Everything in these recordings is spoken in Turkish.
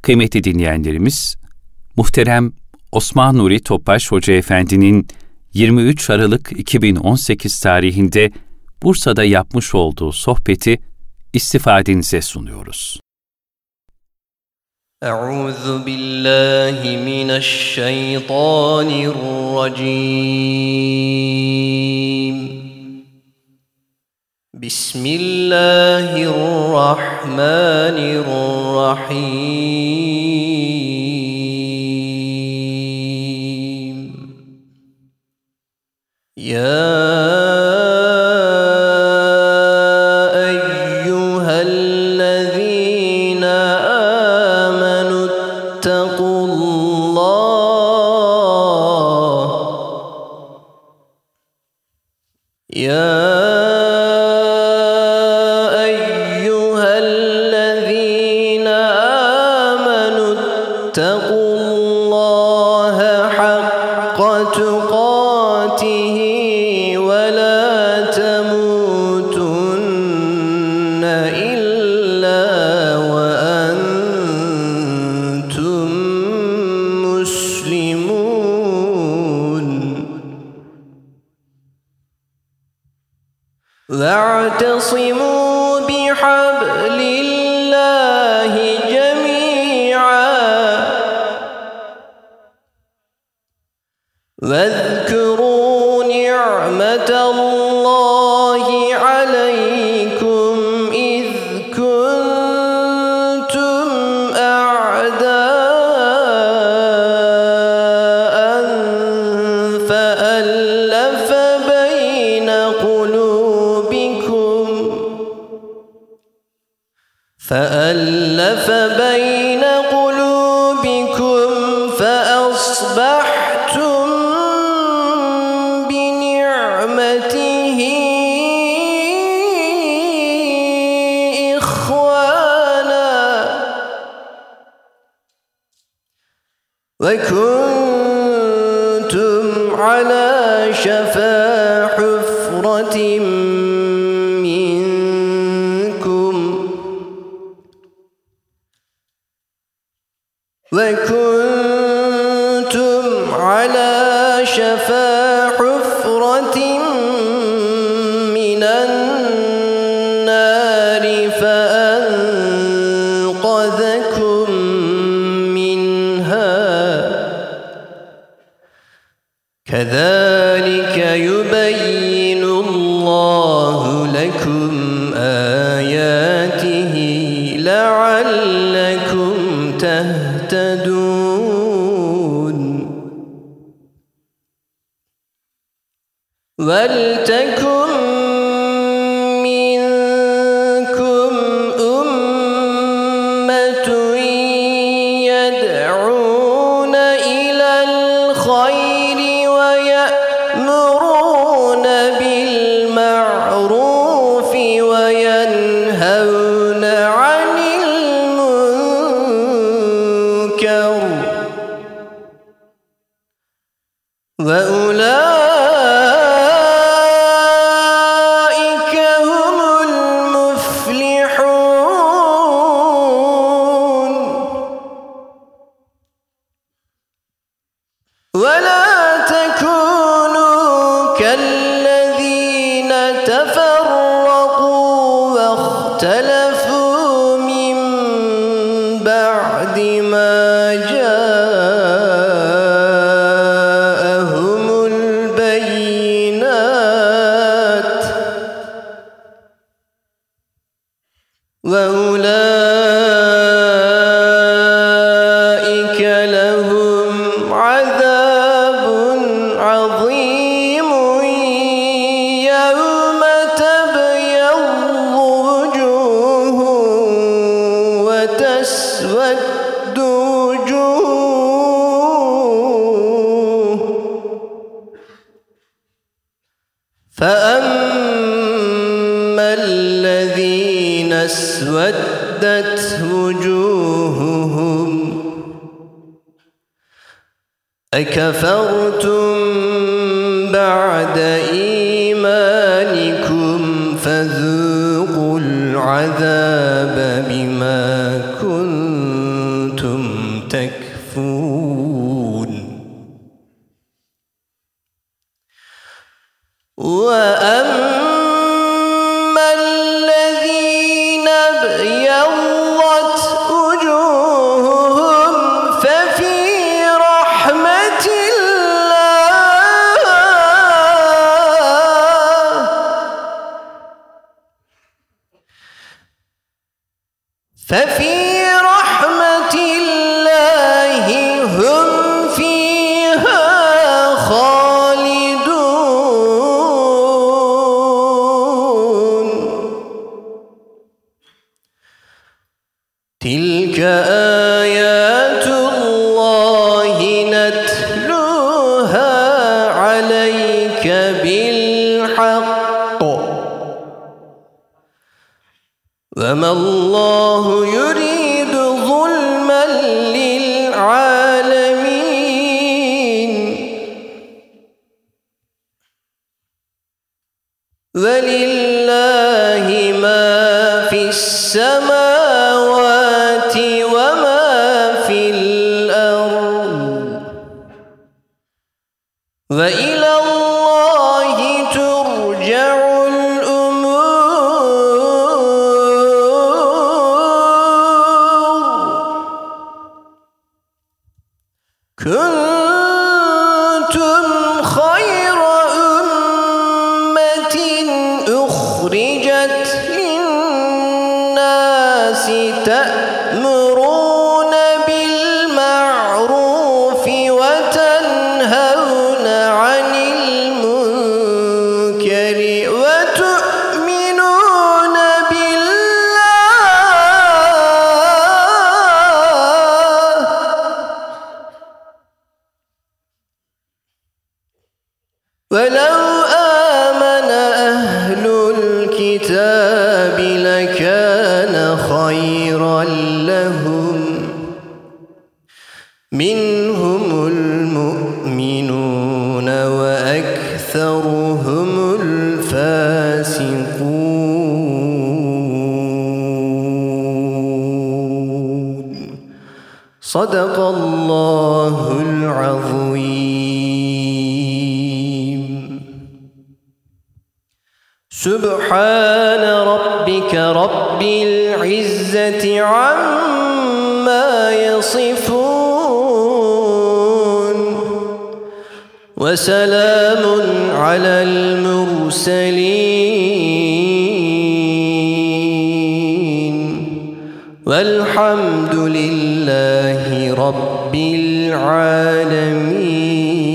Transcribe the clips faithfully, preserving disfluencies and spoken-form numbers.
Kıymetli dinleyenlerimiz, muhterem Osman Nuri Topbaş Hoca Efendi'nin yirmi üç Aralık iki bin on sekiz tarihinde Bursa'da yapmış olduğu sohbeti istifadenize sunuyoruz. Euzu billahi mineşşeytanirracim. Bismillahirrahmanirrahim. Ya واعتصموا بحبل الله جميعا واذكروا نعمة الله عليكم إذ كنتم أعداء فألف بين قلوبكم فألف بين قلوبكم فأصبحتم بنعمته إخوانا وكنتم على شفا حفرة وكنتم على شفا حفرة من النار فأنقذكم منها كذلك يبين الله لكم آياته لعلكم تهتدون ولتكن منكم أمة يدعون إلى الخير ويأمرون بالمعروف وينهون عن المنكر وأولئك هم المفلحون ولا تكونوا كالذين تفرقوا واختلفوا من بعد ما جاءهم البينات وأولئك لهم عذاب عظيم يوم تبيض وجوه وتسود وجوه فأما الذين اسودت وجوههم أكفرتم بعد إيمانكم فذوقوا العذاب بما كنتم تكفرون وأما الذين ابيضت وجوههم ففي رحمة الله ففي رحمة الله هم فيها خالدون تلك آيات الله نتلوها عليك بالحق وما الله يريد ظلما للعالمين ولله ما في السماوات وما في الأرض وإلى الله ترجع كنتم خير أمة أخرجت للناس تأمرون بالمعروف وتنهون عن المنكر وتؤمنون ولو آمن أهل الكتاب لكان خيرا لهم منهم المؤمنون وأكثرهم الفاسقون صدق الله العظيم سبحان ربك رب العزة عما يصفون وسلام على المرسلين والحمد لله رب العالمين.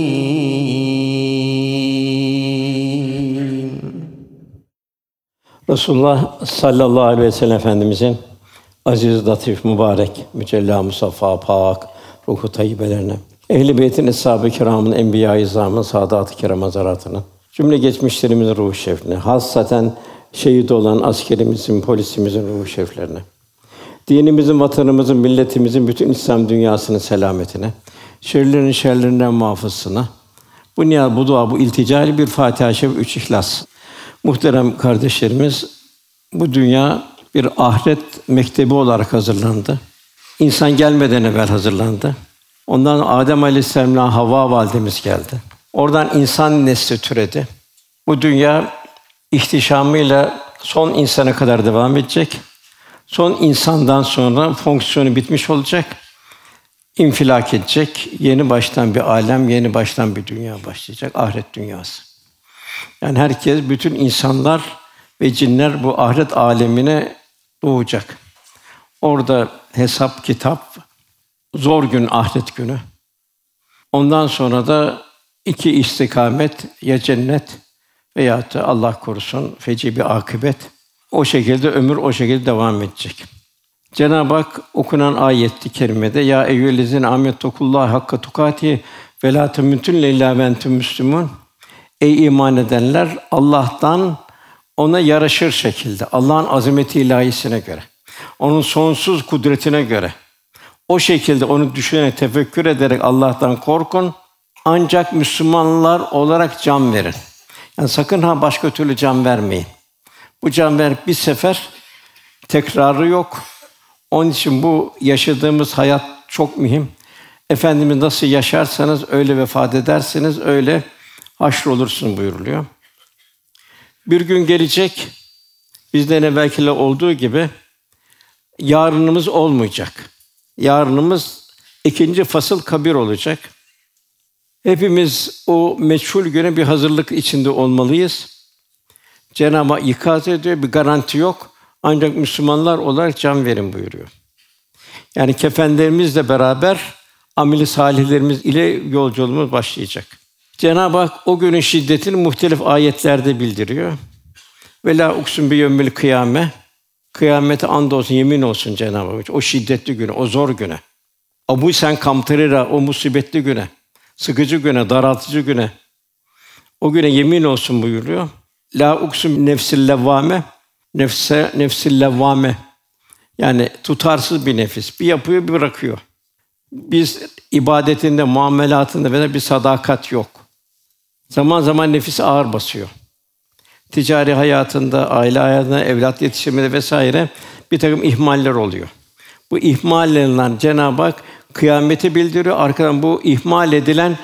Resulullah sallallahu aleyhi ve sellem Efendimizin aziz, latif, mübarek, mücella, musaffa, pak, ruhu tayyibelerine, ehl-i beytin, eshab-ı kiramın, enbiya-i izamın, saadat-ı kiram hazaratına, cümle geçmişlerimizin ruhu şerifine, hassaten şehit olan askerimizin, polisimizin ruhu şeriflerine, dinimizin, vatanımızın, milletimizin, bütün İslam dünyasının selametine, şerlerin şerlerinden muhafazasına, bu niyaz, bu dua, bu ilticali bir Fatiha-i Şerif, üç İhlas. Muhterem kardeşlerimiz, bu dünya bir ahiret mektebi olarak hazırlandı. İnsan gelmeden evvel hazırlandı. Ondan Adem Aleyhisselam'la Havva validemiz geldi. Oradan insan nesli türedi. Bu dünya ihtişamıyla son insana kadar devam edecek. Son insandan sonra fonksiyonu bitmiş olacak. İnfilak edecek. Yeni baştan bir alem, yeni baştan bir dünya başlayacak. Ahiret dünyası. Yani herkes, bütün insanlar ve cinler bu ahiret alemine doğacak. Orada hesap, kitap, zor gün, ahiret günü. Ondan sonra da iki istikamet, ya cennet veyahut da Allah korusun feci bir akıbet. O şekilde ömür o şekilde devam edecek. Cenab-ı Hak okunan ayet-i kerimede ya eyyühellezîne âmenû hakka tukâtihi ve lâ temûtunne illâ ve entüm müslümûn. Ey iman edenler, Allah'tan ona yaraşır şekilde, Allah'ın azameti ilahisine göre, onun sonsuz kudretine göre, o şekilde onu düşünerek, tefekkür ederek Allah'tan korkun. Ancak Müslümanlar olarak can verin. Yani sakın ha başka türlü can vermeyin. Bu can verip bir sefer tekrarı yok. Onun için bu yaşadığımız hayat çok mühim. Efendimiz nasıl yaşarsanız öyle vefat edersiniz, öyle haşrolursun buyuruluyor. Bir gün gelecek, bizden evvelkiler olduğu gibi yarınımız olmayacak. Yarınımız ikinci fasıl kabir olacak. Hepimiz o meçhul güne bir hazırlık içinde olmalıyız. Cenab-ı Hak ikaz ediyor, bir garanti yok. Ancak Müslümanlar olarak can verin buyuruyor. Yani kefenlerimizle beraber amel-i salihlerimiz ile yolculuğumuz başlayacak. Cenab-ı Hak o günün şiddetini muhtelif ayetlerde bildiriyor. Ve la uksun bi yevmil kıyame. Kıyamete andolsun, yemin olsun Cenab-ı Hak. O şiddetli güne, o zor güne. Abu sen kamtırira, o musibetli güne, sıkıcı güne, daraltıcı güne. O güne yemin olsun buyuruyor. La uksun nefsil levvame. Nefse nefsil levvame. Yani tutarsız bir nefis. Bir yapıyor, bir bırakıyor. Biz ibadetinde, muamelatında ve bir sadakat yok. Zaman zaman nefis ağır basıyor. Ticari hayatında, aile hayatında, evlat yetiştirmede vesaire bir takım ihmaller oluyor. Bu ihmallerden Cenab-ı Hak kıyameti bildiriyor. Arkadan bu ihmal edilen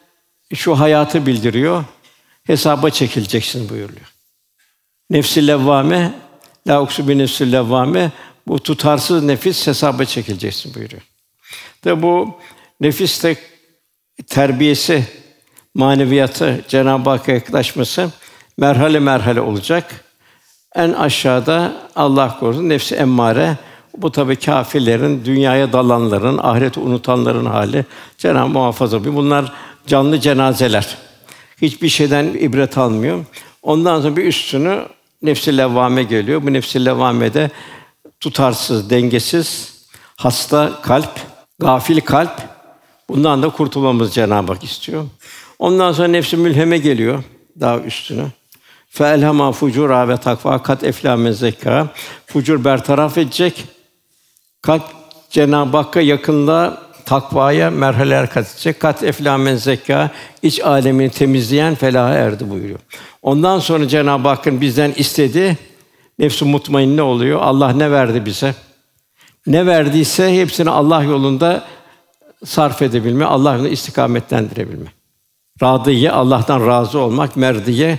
şu hayatı bildiriyor. Hesaba çekileceksin buyuruyor. Nefs-i levvame, la uksu bi nefs-i levvame, bu tutarsız nefis hesaba çekileceksin buyuruyor. Tabi bu nefis de terbiyesi, maneviyatı, Cenab-ı Hakk'a yaklaşması merhale merhale olacak. En aşağıda Allah korusun nefs-i emmare. Bu tabii kâfirlerin, dünyaya dalanların, ahireti unutanların hali. Cenab-ı muhafaza buyuruyor. Bunlar canlı cenazeler. Hiçbir şeyden ibret almıyor. Ondan sonra bir üstünü nefs-i levvame geliyor. Bu nefs-i levvamede tutarsız, dengesiz, hasta kalp, gafil kalp. Bundan da kurtulmamız Cenab-ı Hak istiyor. Ondan sonra nefs-i mülheme geliyor daha üstüne. Feelhama fucura ve takva kat eflâ men zekkâ. Fucur bertaraf edecek. Kalp Cenab-ı Hakk'a yakınlığa, takvaya merhaleler kat edecek. Kat eflâ men zekkâ, iç alemini temizleyen felaha erdi buyuruyor. Ondan sonra Cenab-ı Hakk'ın bizden istediği nefs-i mutmainne oluyor. Allah ne verdi bize? Ne verdiyse hepsini Allah yolunda sarf edebilme, Allah yolunda istikametlendirebilme. Râdiye, Allah'tan razı olmak, merdiye,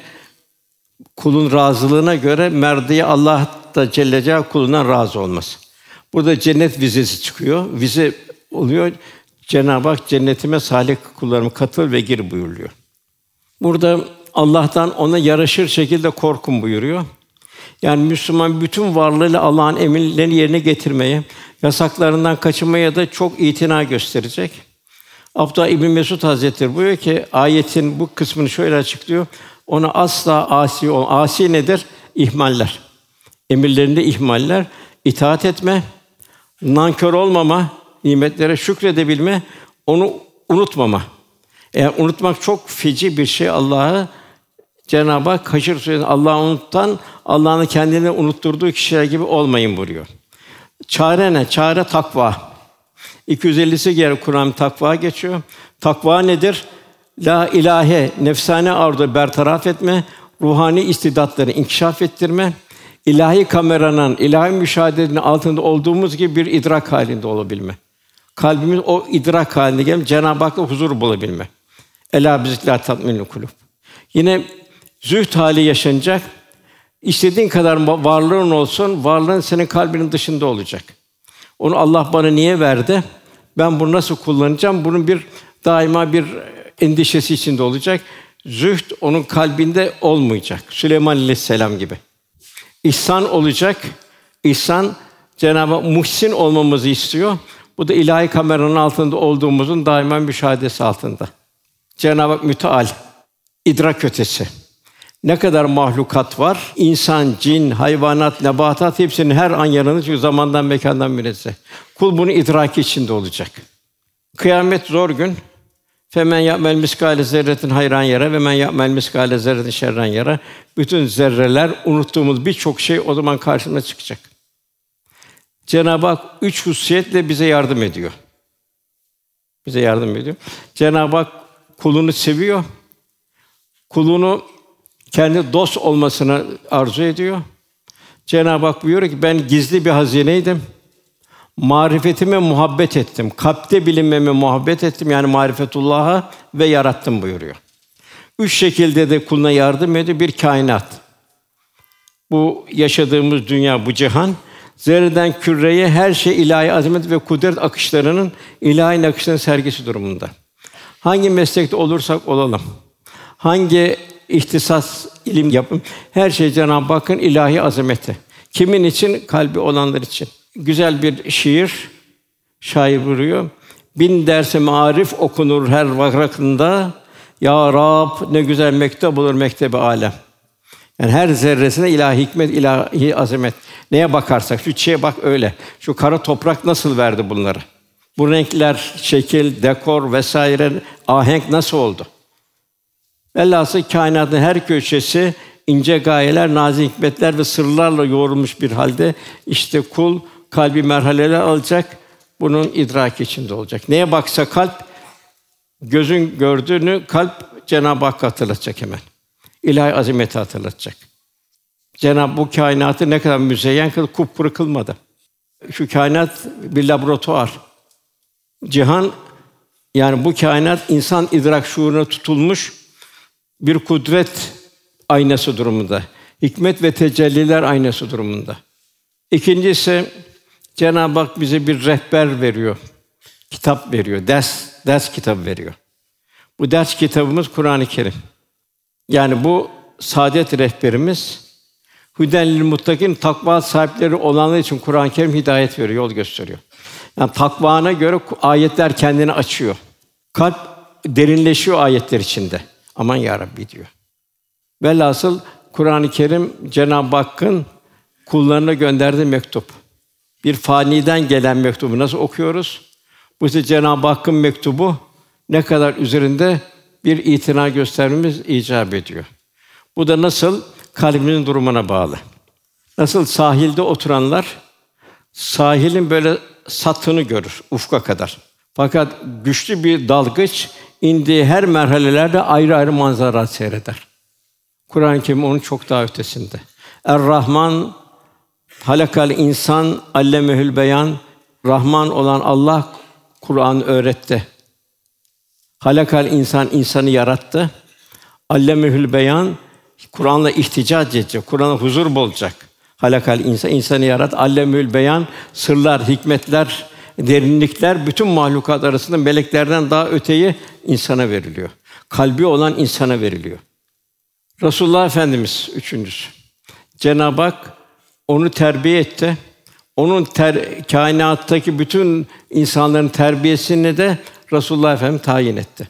kulun razılığına göre merdiye Allah da Celle Celaluhu kulundan razı olması. Burada cennet vizesi çıkıyor. Vize oluyor. Cenab-ı Hak cennetime salih kullarımı katıl ve gir buyuruyor. Burada Allah'tan ona yaraşır şekilde korkun buyuruyor. Yani Müslüman bütün varlığıyla Allah'ın emirlerini yerine getirmeye, yasaklarından kaçınmaya da çok itina gösterecek. Abdullah İbn Mesud Hazretleri buyuruyor ki ayetin bu kısmını şöyle açıklıyor. Ona asla asi ol. Asi nedir? İhmaller. Emirlerinde ihmaller, itaat etme, nankör olmama, nimetlere şükredebilme, onu unutmama. Eğer unutmak çok feci bir şey Allah'ı Cenab-ı Hak Haşr Suresi'nde Allah'ı unutan, Allah'ın kendini unutturduğu kişiler gibi olmayın buyuruyor. Çare ne? Çare takva. iki yüz ellisi kere Kur'an takva geçiyor. Takva nedir? La ilahe, nefsane arzu bertaraf etme, ruhani istidatları inkişaf ettirme, ilahi kameranın, ilahi müşahedenin altında olduğumuz gibi bir idrak halinde olabilme. Kalbimiz o idrak haline gelip Cenab-ı Hak'la huzur bulabilme. Ela bizikler tatminül kulub. Yine zühd hali yaşanacak. İstediğin kadar varlığın olsun, varlığın senin kalbinin dışında olacak. Onu Allah bana niye verdi? Ben bunu nasıl kullanacağım? Bunun bir daima bir endişesi içinde olacak. Zühd onun kalbinde olmayacak. Süleyman Aleyhisselam gibi. İhsan olacak. İhsan Cenab-ı Hak muhsin olmamızı istiyor. Bu da ilahi kameranın altında olduğumuzun daima müşahedesi altında. Cenab-ı Hak müteal, idrak ötesi. Ne kadar mahlukat var? İnsan, cin, hayvanat, nebatat hepsinin her an yanında çünkü zamandan mekandan münezzeh. Kul bunu idraki içinde olacak. Kıyamet zor gün. Femen ya'mel miskale zerretin hayran yara ve men ya'mel miskale zerretin şerran yara. Bütün zerreler, unuttuğumuz birçok şey o zaman karşımıza çıkacak. Cenab-ı Hak üç hususiyetle bize yardım ediyor. Bize yardım ediyor. Cenab-ı Hak kulunu seviyor. Kulunu kendi dost olmasını arzu ediyor. Cenab-ı Hak buyuruyor ki ben gizli bir hazineydim. Marifetime muhabbet ettim. Kalpte bilinmeme muhabbet ettim. Yani marifetullah'a ve yarattım buyuruyor. Üç şekilde de kuluna yardım ediyor. Bir kainat. Bu yaşadığımız dünya, bu cihan, zerreden küreye her şey ilahi azamet ve kudret akışlarının ilahi akışlarının sergisi durumunda. Hangi meslekte olursak olalım, hangi ihtisas ilim yapın, her şey Cenab-ı Hakk'ın ilahi azameti. Kimin için? Kalbi olanlar için. Güzel bir şiir, şair buyuruyor. Bin dersi marif okunur her varakında. Ya Rab ne güzel mektep olur mektebi alem. Yani her zerresine ilahi hikmet, ilahi azamet. Neye bakarsak, şu çiçeğe bak öyle. Şu kara toprak nasıl verdi bunları? Bu renkler, şekil, dekor vesaire, ahenk nasıl oldu? Velhâsıl kainatın her köşesi ince gayeler, nazik hikmetler ve sırlarla yoğrulmuş bir halde işte kul kalbi merhaleler alacak, bunun idraki içinde olacak. Neye baksa kalp, gözün gördüğünü kalp Cenab-ı Hakk'ı hatırlatacak hemen. İlahi azameti hatırlatacak. Cenab-ı bu kainatı ne kadar müzeyyen kıldı, kupkuru kılmadı. Şu kainat bir laboratuvar. Cihan, yani bu kainat insan idrak şuuruna tutulmuş bir kudret aynası durumunda. Hikmet ve tecelliler aynası durumunda. İkincisi, Cenab-ı Hak bize bir rehber veriyor. Kitap veriyor, ders ders kitabı veriyor. Bu ders kitabımız Kur'an-ı Kerim. Yani bu saadet rehberimiz, huden lil muttakin, takva sahipleri olanlar için Kur'an-ı Kerim hidayet veriyor, yol gösteriyor. Yani takvana göre ayetler kendini açıyor. Kalp derinleşiyor ayetler içinde. Aman ya Rabbi diyor. Velhasıl Kur'an-ı Kerim Cenab-ı Hakk'ın kullarına gönderdiği mektup. Bir faniden gelen mektubu nasıl okuyoruz? Bu ise Cenab-ı Hakk'ın mektubu ne kadar üzerinde bir itina göstermemiz icap ediyor. Bu da nasıl? Kalbimizin durumuna bağlı. Nasıl sahilde oturanlar sahilin böyle satını görür ufka kadar. Fakat güçlü bir dalgıç indiği her merhalelerde ayrı ayrı manzara seyreder. Kur'an-ı Kerim onun çok daha ötesinde. Er-Rahman halakal insan allemehül beyan. Rahman olan Allah Kur'an öğretti. Halakal insan insanı yarattı. Allemehül beyan Kur'an'la ihticac edecek, Kur'an'a huzur bulacak. Halakal insan insanı yarat. Allemehül beyan sırlar, hikmetler, derinlikler bütün mahlukat arasında meleklerden daha öteyi insana veriliyor. Kalbi olan insana veriliyor. Resulullah Efendimiz üçüncüsü. Cenab-ı Hak onu terbiye etti. Onun ter, kainattaki bütün insanların terbiyesini de Resulullah Efendimiz tayin etti.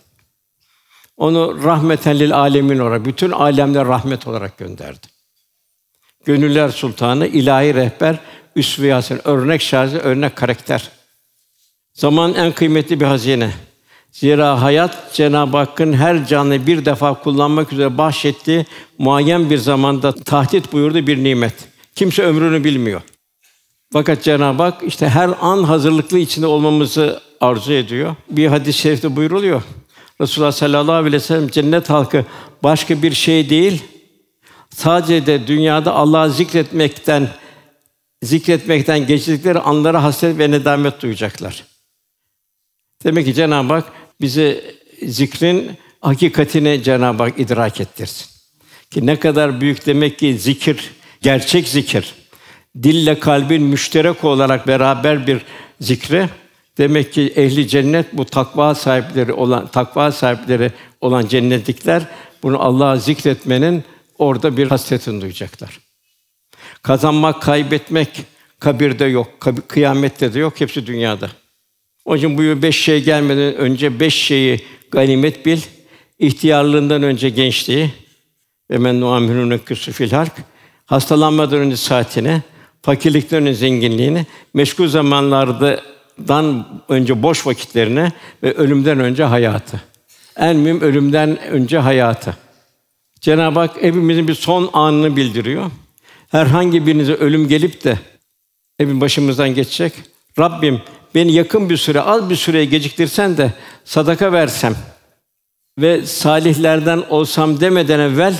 Onu rahmeten lil âlemin olarak, bütün âlemlere rahmet olarak gönderdi. Gönüller sultanı, ilahi rehber, üsve-i hasene, örnek şahsi, örnek karakter. Zaman en kıymetli bir hazine. Zira hayat Cenab-ı Hakk'ın her canlı bir defa kullanmak üzere bahşettiği muayyen bir zamanda tahdit buyurduğu bir nimet. Kimse ömrünü bilmiyor. Fakat Cenab-ı Hak işte her an hazırlıklı içinde olmamızı arzu ediyor. Bir hadis-i şerifte buyruluyor. Resulullah sallallahu aleyhi ve sellem cennet halkı başka bir şey değil, sadece de dünyada Allah'ı zikretmekten zikretmekten geçirdikleri anlara hasret ve nedamet duyacaklar. Demek ki Cenab-ı Hak bize zikrin hakikatini Cenab-ı Hak idrak ettirsin. Ki ne kadar büyük demek ki zikir, gerçek zikir. Dille kalbin müşterek olarak beraber bir zikre, demek ki ehli cennet bu takva sahipleri olan takva sahipleri olan cennetlikler bunu Allah'ı zikretmenin orada bir hasretini duyacaklar. Kazanmak, kaybetmek kabirde yok, kıyamette de yok, hepsi dünyada. Onun için buyuruyor, beş şey gelmeden önce beş şeyi ganimet bil. İhtiyarlığından önce gençliği ve men nu'ammirû nekûsû fil halk. Hastalanmadan önce saatine, fakirlikten önce zenginliğini, meşgul zamanlardan önce boş vakitlerine ve ölümden önce hayatı. En mühim ölümden önce hayatı. Cenab-ı Hak hepimizin bir son anını bildiriyor. Herhangi birinize ölüm gelip de hepimiz başımızdan geçecek. Rabbim beni yakın bir süre, az bir süreye geciktirsen de sadaka versem ve salihlerden olsam demeden evvel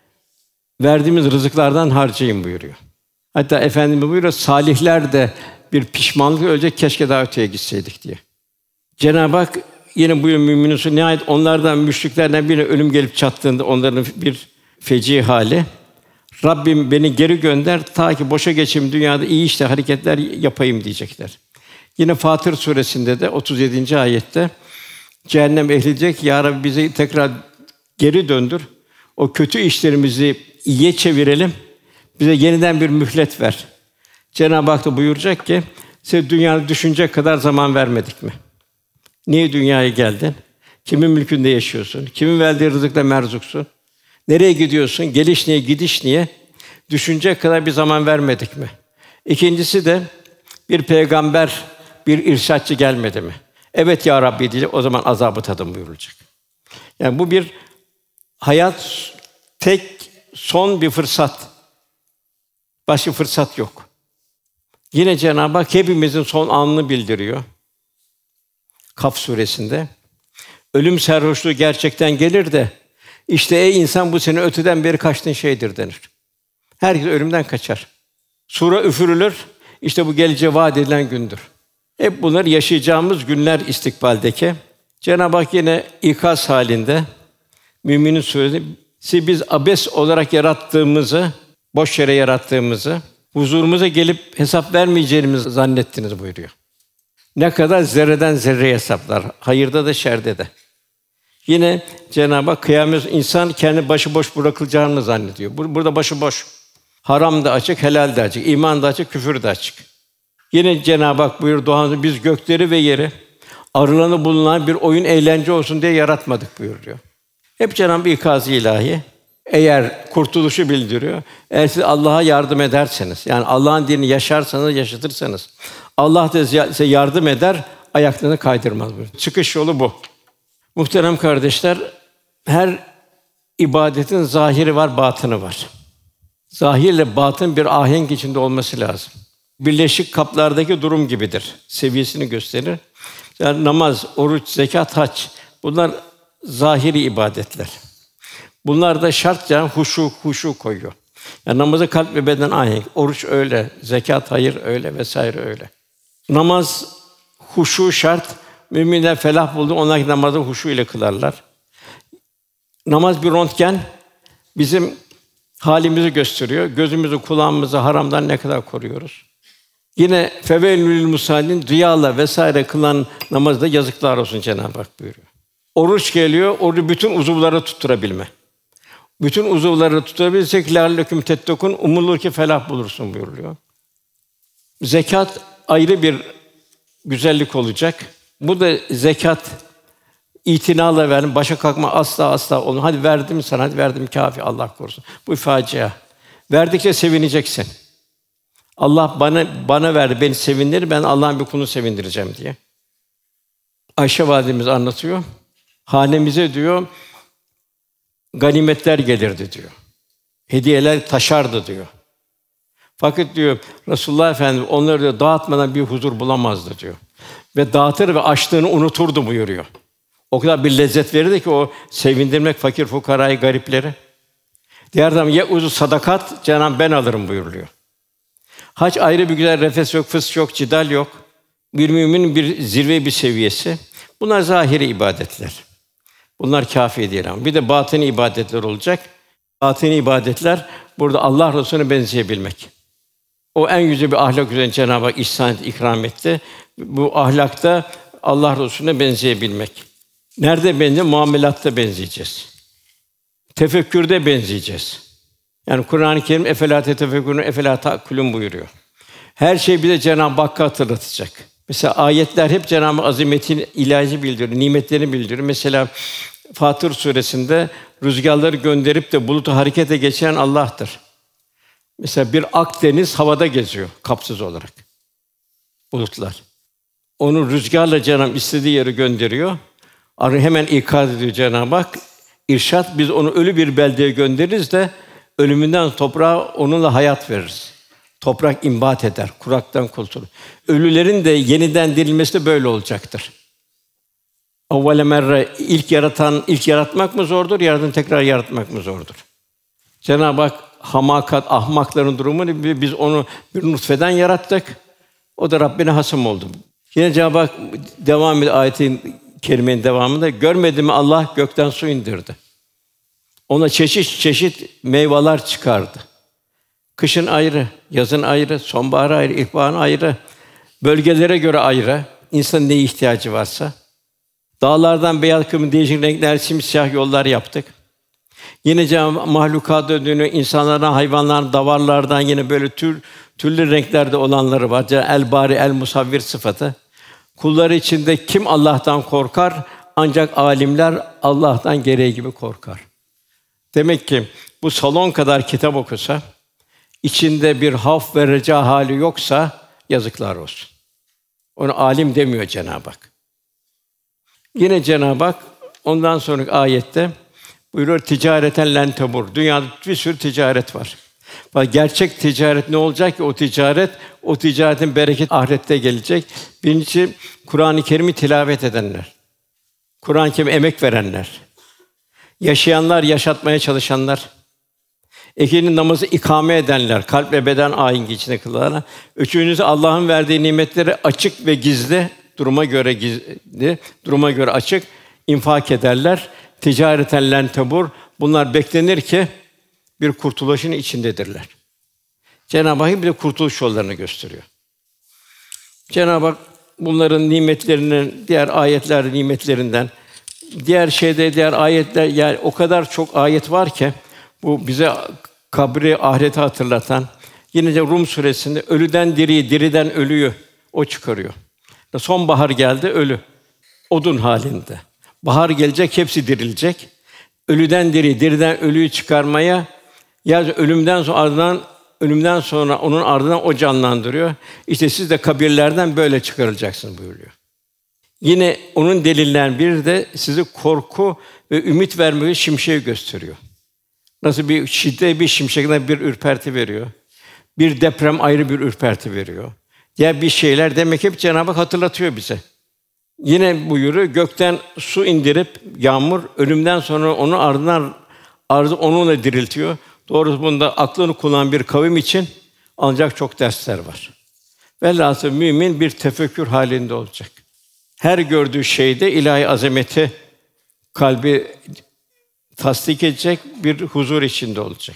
verdiğimiz rızıklardan harcayın buyuruyor. Hatta Efendimiz buyuruyor, salihler de bir pişmanlık ölecek, keşke daha öteye gitseydik diye. Cenab-ı Hak yine buyuruyor Mü'minin Sûresinde, nihayet onlardan, müşriklerden birine ölüm gelip çattığında onların bir feci hali. Rabbim beni geri gönder ta ki boşa geçeyim, dünyada iyi işte hareketler yapayım diyecekler. Yine Fatır Sûresinde de otuz yedinci ayette cehennem ehli diyecek, Ya Rabbi bizi tekrar geri döndür. O kötü işlerimizi iyiye çevirelim. Bize yeniden bir mühlet ver. Cenab-ı Hak da buyuracak ki, size dünyada düşünecek kadar zaman vermedik mi? Niye dünyaya geldin? Kimin mülkünde yaşıyorsun? Kimin verdiği rızıkla merzuksun? Nereye gidiyorsun? Geliş niye, gidiş niye? Düşünecek kadar bir zaman vermedik mi? İkincisi de bir peygamber, bir irşatçı gelmedi mi? Evet ya Rabbi diyecek, o zaman azabı tadın buyurulacak. Yani bu bir hayat, tek son bir fırsat. Başka fırsat yok. Yine Cenab-ı Hak hepimizin son anını bildiriyor. Kaf suresinde. Ölüm sarhoşluğu gerçekten gelir de işte ey insan bu senin öteden beri kaçtığın şeydir denir. Herkes ölümden kaçar. Sura üfürülür. İşte bu geleceğe vaat edilen gündür. Hep bunlar yaşayacağımız günler istikbaldeki. Cenab-ı Hak yine ikaz halinde Mü'minin Sûresi'nde biz abes olarak yarattığımızı, boş yere yarattığımızı, huzurumuza gelip hesap vermeyeceğimizi zannettiniz buyuruyor. Ne kadar zerreden zerreye hesaplar, hayırda da şerde de. Yine Cenab-ı Hak kıyamet insan kendi başıboş bırakılacağını zannediyor. Burada başıboş. Haram da açık, helal de açık, iman da açık, küfür de açık. Yine Cenab-ı Hak buyuruyor Doğan, biz gökleri ve yeri arılanı bulunan bir oyun eğlence olsun diye yaratmadık buyuruyor. Hep Cenab-ı Hak ikaz-ı ilahi. Eğer kurtuluşu bildiriyor, eğer siz Allah'a yardım ederseniz, yani Allah'ın dinini yaşarsanız, yaşatırsanız, Allah da size yardım eder, ayaklarını kaydırmaz buyuruyor. Çıkış yolu bu. Muhterem kardeşler, her ibadetin zahiri var, batını var. Zahirle batın bir ahenk içinde olması lazım. Birleşik kaplardaki durum gibidir. Seviyesini gösterir. Yani namaz, oruç, zekat, hac bunlar zahiri ibadetler. Bunlar da şartça huşu huşu koyuyor. Yani namazı kalp ve beden ahenk, oruç öyle, zekat hayır öyle vesaire öyle. Namaz huşu şart. Müminler felah buldu. Onlar namazı huşu ile kılarlar. Namaz bir röntgen, bizim halimizi gösteriyor. Gözümüzü, kulağımızı haramdan ne kadar koruyoruz? Yine fevelül musallin riyayla vesaire kılan namazda yazıklar olsun Cenab-ı Hak buyuruyor. Oruç geliyor, orucu bütün uzuvları tutturabilme. Bütün uzuvları tutabilirsek lâlleküm tettekûn umulur ki felah bulursun buyuruluyor. Zekat ayrı bir güzellik olacak. Bu da zekat itinayla verin, başa kalkma asla asla olmaz. Hadi verdim sana, hadi verdim kâfi Allah korusun. Bu facia. Verdikçe sevineceksin. Allah bana bana verdi, beni sevindirir, ben Allah'ın bir kulunu sevindireceğim diye. Ayşe validemiz anlatıyor. Hanemize diyor ganimetler gelirdi diyor. Hediyeler taşardı diyor. Fakat diyor Resulullah Efendimiz onları diyor dağıtmadan bir huzur bulamazdı diyor. Ve dağıtır ve açlığını unuturdu buyuruyor. O kadar bir lezzet verirdi ki o sevindirmek fakir fukarayı, garipleri. Diğer zaman ye uzu sadakat Cenab-ı ben alırım buyuruluyor. Hac ayrı bir güzel, refes yok, fısk yok, cidal yok. Bir müminin bir zirve bir seviyesi. Bunlar zahiri ibadetler. Bunlar kâfi değil ama bir de batini ibadetler olacak. Batini ibadetler burada Allah Resulüne benzeyebilmek. O en yüce bir ahlak üzerine Cenab-ı Hak ihsan etti, ikram etti. Bu ahlakta Allah Resulüne benzeyebilmek. Nerede benziyor? Muamelatta benzeyeceğiz. Tefekkürde benzeyeceğiz. Yani Kur'an-ı Kerim efelâ tetefekkûrûn efelâ ta'kulûn buyuruyor. Her şey bize Cenab-ı Hakk'ı hatırlatacak. Mesela ayetler hep Cenab-ı azametini ilahi bildiriyor, nimetlerini bildiriyor. Mesela Fatır Sûresinde rüzgarları gönderip de bulutu harekete geçiren Allah'tır. Mesela bir Akdeniz havada geziyor kapsız olarak. Bulutlar. Onu rüzgarla Cenab-ı istediği yere gönderiyor. Arı hemen ikaz ediyor Cenab-ı Hak. İrşad biz onu ölü bir beldeye göndeririz de ölümünden toprağa onunla hayat veririz. Toprak imbat eder, kuraktan kurtulur. Ölülerin de yeniden dirilmesi de böyle olacaktır. Evvele merre ilk yaratan ilk yaratmak mı zordur, yaratan tekrar yaratmak mı zordur? Cenab-ı Hak hamakat, ahmakların durumunu biz onu bir nutfeden yarattık. O da Rabbine hasım oldu. Yine Cenab-ı Hak devam ediyor ayetin kerimenin devamında, görmedi mi Allah gökten su indirdi. Ona çeşit çeşit meyveler çıkardı. Kışın ayrı, yazın ayrı, sonbahar ayrı, ilkbahar ayrı, bölgelere göre ayrı, insanın neye ihtiyacı varsa. Dağlardan beyaz, kırmızı, değişik renkler, simsiyah yollar yaptık. Yine Cenab-ı Hak mahlukata dönüyor, insanlardan, hayvanlardan, davarlardan yine böyle tür, türlü renklerde olanları var. El bari, el musavvir sıfatı. Kulları içinde kim Allah'tan korkar? Ancak alimler Allah'tan gereği gibi korkar. Demek ki bu salon kadar kitap okusa, içinde bir havf ve reca hali yoksa yazıklar olsun. Onu alim demiyor Cenab-ı Hak. Yine Cenab-ı Hak ondan sonraki ayette buyuruyor, ticareten len tebur. Dünyada bir sürü ticaret var. Fakat gerçek ticaret ne olacak ki o ticaret, o ticaretin bereketi ahirette gelecek. Birincisi Kur'an-ı Kerim'i tilavet edenler. Kur'an-ı Kerim'e emek verenler. Yaşayanlar, yaşatmaya çalışanlar. İkinci namazı ikame edenler, kalp ve beden ahengi içinde kılanlar. Üçüncüsü Allah'ın verdiği nimetleri açık ve gizli, duruma göre gizli, duruma göre açık infak ederler. Ticareten len tebur. Bunlar beklenir ki bir kurtuluşun içindedirler. Cenab-ı Hak bir de kurtuluş yollarını gösteriyor. Cenab-ı Hak bunların nimetlerinin diğer ayetler nimetlerinden, diğer şeyde diğer ayetler, yani o kadar çok ayet var ki bu bize kabri, ahireti hatırlatan. Yine de Rum suresinde ölüden diriyi, diriden ölüyü o çıkarıyor. Sonbahar geldi, ölü odun halinde. Bahar gelecek, hepsi dirilecek. Ölüden diri, diriden ölüyü çıkarmaya, ya ölümden sonra ardından ölümden sonra onun ardından o canlandırıyor. İşte siz de kabirlerden böyle çıkarılacaksınız buyuruyor. Yine onun delillerinden biri de sizi korku ve ümit vermeyi şimşeği gösteriyor. Nasıl bir şiddetli bir şimşekten bir ürperti veriyor. Bir deprem ayrı bir ürperti veriyor. Diğer bir şeyler demek hep Cenab-ı Hak hatırlatıyor bize. Yine buyuruyor, gökten su indirip yağmur, ölümden sonra onu ardından arzı onunla diriltiyor. Doğrusu bunda aklını kullanan bir kavim için ancak çok dersler var. Velhâsıl mümin bir tefekkür halinde olacak. Her gördüğü şeyde ilahi azameti kalbi tasdik edecek, bir huzur içinde olacak.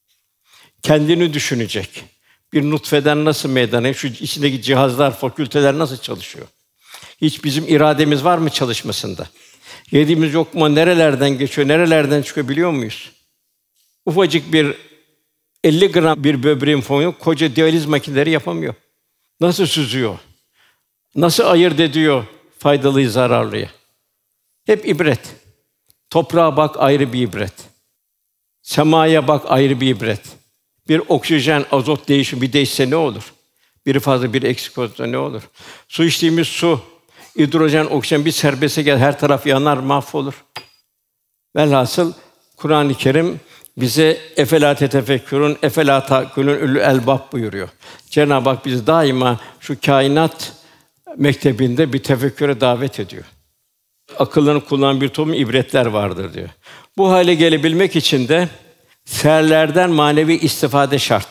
Kendini düşünecek. Bir nutfeden nasıl meydana, şu içindeki cihazlar, fakülteler nasıl çalışıyor? Hiç bizim irademiz var mı çalışmasında? Yediğimiz lokma nerelerden geçiyor, nerelerden çıkıyor biliyor muyuz? Ufacık bir elli gram bir böbreğin fonksiyonu koca diyaliz makineleri yapamıyor. Nasıl süzüyor? Nasıl ayırt ediyor faydalıyı, zararlıyı? Hep ibret. Toprağa bak ayrı bir ibret. Semaya bak ayrı bir ibret. Bir oksijen, azot değişimi bir değişse ne olur? Biri fazla, biri eksik olsa ne olur? Su içtiğimiz su, hidrojen, oksijen bir serbeste gel, her taraf yanar, mahvolur. Velhasıl Kur'an-ı Kerim bize efela tetefekkürün, efela ta'kulun ulul elbab buyuruyor. Cenab-ı Hak bizi daima şu kainat mektebinde bir tefekküre davet ediyor. Akıllarını kullanan bir toplum ibretler vardır diyor. Bu hale gelebilmek için de seherlerden manevi istifade şart.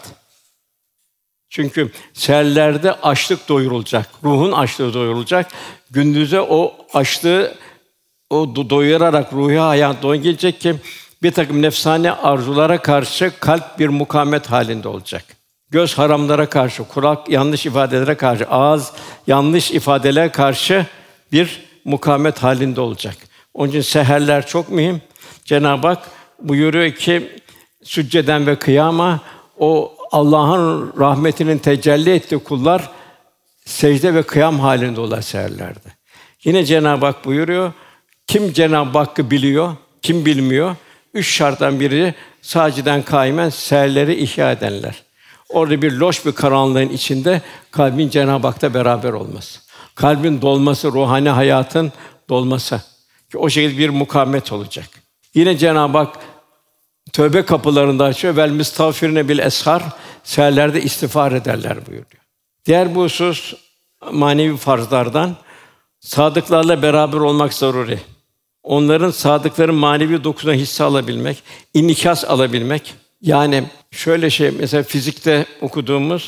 Çünkü seherlerde açlık doyurulacak, ruhun açlığı doyurulacak. Gündüze o açlığı o do- doyurarak ruhi hayat doyuracak ki bir takım nefsane arzulara karşı kalp bir mukavemet halinde olacak. Göz haramlara karşı, kulak yanlış ifadelere karşı, ağız yanlış ifadelere karşı bir mukavemet halinde olacak. Onun için seherler çok mühim. Cenab-ı Hak buyuruyor ki sücceden ve kıyama o Allah'ın rahmetinin tecelli ettiği kullar secde ve kıyam halinde olurlar seherlerde. Yine Cenab-ı Hak buyuruyor, kim Cenab-ı Hakk'ı biliyor, kim bilmiyor? Üç şarttan biri sâciden kâimen seherleri ihya edenler. Orada bir loş bir karanlığın içinde kalbin Cenab-ı Hak'ta beraber olması. Kalbin dolması, ruhani hayatın dolması. Ki o şekilde bir mukavemet olacak. Yine Cenab-ı Hak tövbe kapılarını da açıyor. Vel müstağfirine bil eshar, seherlerde istiğfar ederler buyuruyor. Diğer bu husus manevi farzlardan sadıklarla beraber olmak zaruri. Onların sadıkların manevi dokusuna hisse alabilmek, inikas alabilmek. Yani şöyle şey mesela fizikte okuduğumuz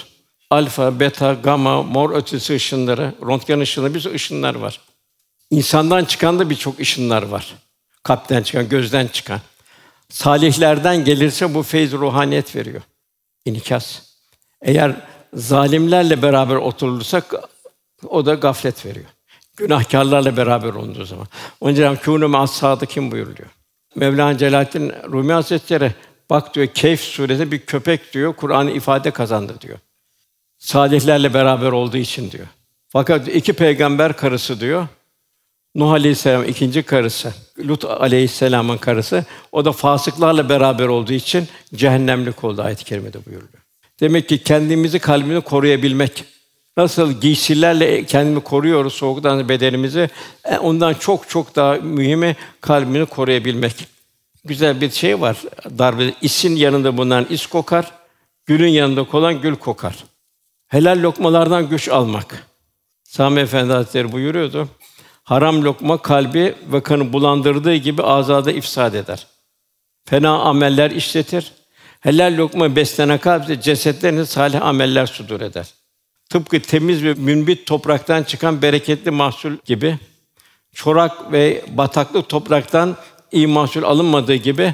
alfa, beta, gamma, mor ötesi ışınları, röntgen ışını, bir sürü ışınlar var. İnsandan çıkan da birçok ışınlar var. Kalpten çıkan, gözden çıkan. Salihlerden gelirse bu feyz ruhaniyet veriyor. İnikas. Eğer zalimlerle beraber oturulursak o da gaflet veriyor. Günahkârlarla beraber olduğu zaman. Onun için kûnû ma'as-sâdikîn buyuruluyor. Mevlana Celaleddin Rumi Hazretleri bak diyor Kehf suresi bir köpek diyor Kur'an'ı ifade kazandı diyor. Salihlerle beraber olduğu için diyor. Fakat iki peygamber karısı diyor. Nuh Aleyhisselam ikinci karısı, Lut Aleyhisselam'ın karısı, o da fasıklarla beraber olduğu için cehennemlik oldu ayet-i kerimede buyuruluyor. Demek ki kendimizi, kalbimizi koruyabilmek. Nasıl giysilerle kendimizi koruyoruz soğuktan bedenimizi, ondan çok çok daha mühimi kalbini koruyabilmek. Güzel bir şey var. Darbe isin yanında bulunan is kokar, gülün yanında olan gül kokar. Helal lokmalardan güç almak. Sami Efendi Hazretleri buyuruyordu. Haram lokma kalbi ve kanı bulandırdığı gibi azada ifsad eder. Fena ameller işletir. Helal lokma beslenen kalp cesetlerini salih ameller sudur eder. Tıpkı temiz ve münbit topraktan çıkan bereketli mahsul gibi, çorak ve bataklık topraktan iyi mahsul alınmadığı gibi,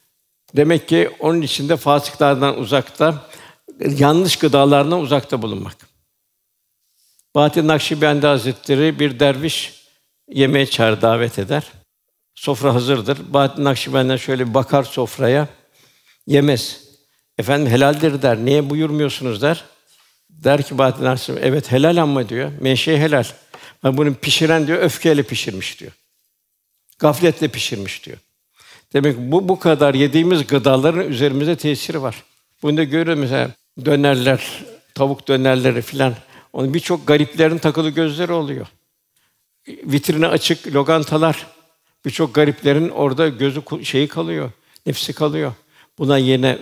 demek ki onun içinde fasıklardan uzakta, yanlış gıdalardan uzakta bulunmak. Bahattin Nakşibendi Hazretleri bir derviş yemeğe çağır, davet eder. Sofra hazırdır. Bahattin Nakşibendi'den şöyle bir bakar sofraya, yemez. Efendim helaldir der. Niye buyurmuyorsunuz der. Der ki Bahattin Nakşibendi, evet helal ama diyor. Menşei helal. Ama bunu pişiren diyor öfkeyle pişirmiş diyor. Gafletle pişirmiş diyor. Demek ki bu bu kadar yediğimiz gıdaların üzerimize tesiri var. Bunu da görüyoruz mesela dönerler, tavuk dönerleri filan. Onun birçok gariplerin takılı gözleri oluyor. Vitrine açık lokantalar, birçok gariplerin orada gözü şeyi kalıyor, nefsi kalıyor. Buna yine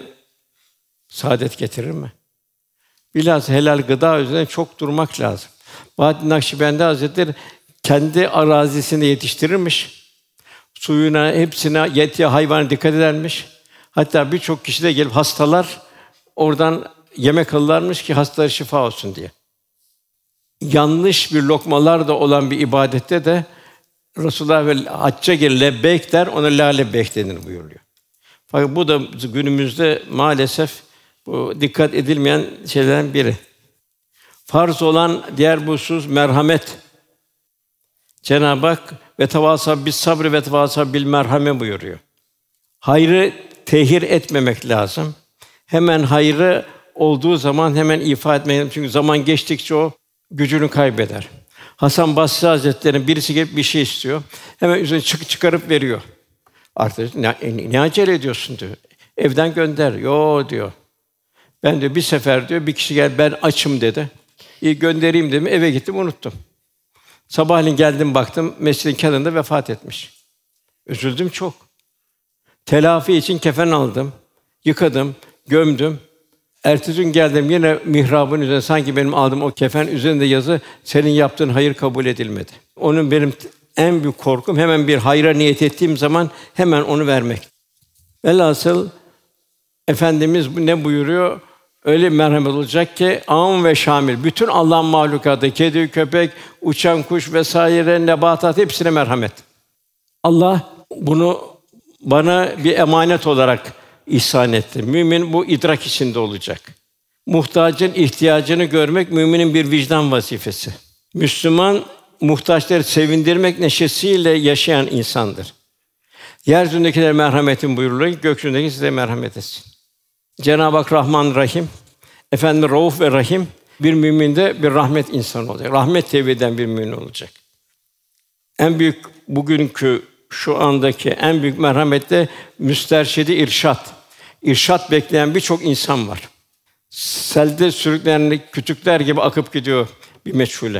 saadet getirir mi? Bilhassa helal gıda üzerine çok durmak lazım. Bahattin Nakşibendi Hazretleri kendi arazisinde yetiştirirmiş. Suyuna, hepsine, yetiye hayvana dikkat edermiş. Hatta birçok kişi de gelip hastalar oradan yemek alırlarmış ki hastalara şifa olsun diye. Yanlış bir lokmalar da olan bir ibadette de Resulullah ve hacca gel lebbeyk der, ona la lebbeyk denir buyuruyor. Fakat bu da günümüzde maalesef bu dikkat edilmeyen şeylerden biri. Farz olan diğer bu husus merhamet. Cenab-ı Hak ve tevâsâ bis sabr ve tevâsâ bil merhame buyuruyor. Hayrı tehir etmemek lazım. Hemen hayrı olduğu zaman hemen ifade etmek lazım. Çünkü zaman geçtikçe o gücünü kaybeder. Hasan Basri Hazretleri'nin birisi gelip bir şey istiyor. Hemen üzerine çık çıkarıp veriyor. Artık ne, ne acele ediyorsun diyor. Evden gönder. Yo diyor. Ben diyor bir sefer diyor bir kişi geldi ben açım dedi. İyi göndereyim dedim. Eve gittim unuttum. Sabahleyin geldim baktım mescidin kenarında vefat etmiş. Üzüldüm çok. Telafi için kefen aldım. Yıkadım, gömdüm. Ertesi gün geldim yine mihrabın üzerine sanki benim aldığım o kefen üzerinde yazı senin yaptığın hayır kabul edilmedi. Onun benim en büyük korkum hemen bir hayra niyet ettiğim zaman hemen onu vermek. Velhasıl Efendimiz ne buyuruyor? Öyle merhamet olacak ki âm ve şamil bütün Allah'ın mahlukatı, kedi, köpek, uçan kuş vesaire, nebatat hepsine merhamet. Allah bunu bana bir emanet olarak ihsan etti. Mümin bu idrak içinde olacak. Muhtacın ihtiyacını görmek müminin bir vicdan vazifesi. Müslüman muhtaçları sevindirmek neşesiyle yaşayan insandır. Yeryüzündekilere merhametin buyuruluyor, gökyüzündeki size merhamet etsin. Cenab-ı Hak Rahman Rahim, Efendimiz Rauf ve Rahim bir müminde bir rahmet insanı olacak. Rahmet tevhid eden bir mümin olacak. En büyük bugünkü şu andaki en büyük merhamet de müsterşidi irşat. İrşat bekleyen birçok insan var. Selde sürüklenen kütükler gibi akıp gidiyor bir meçhule.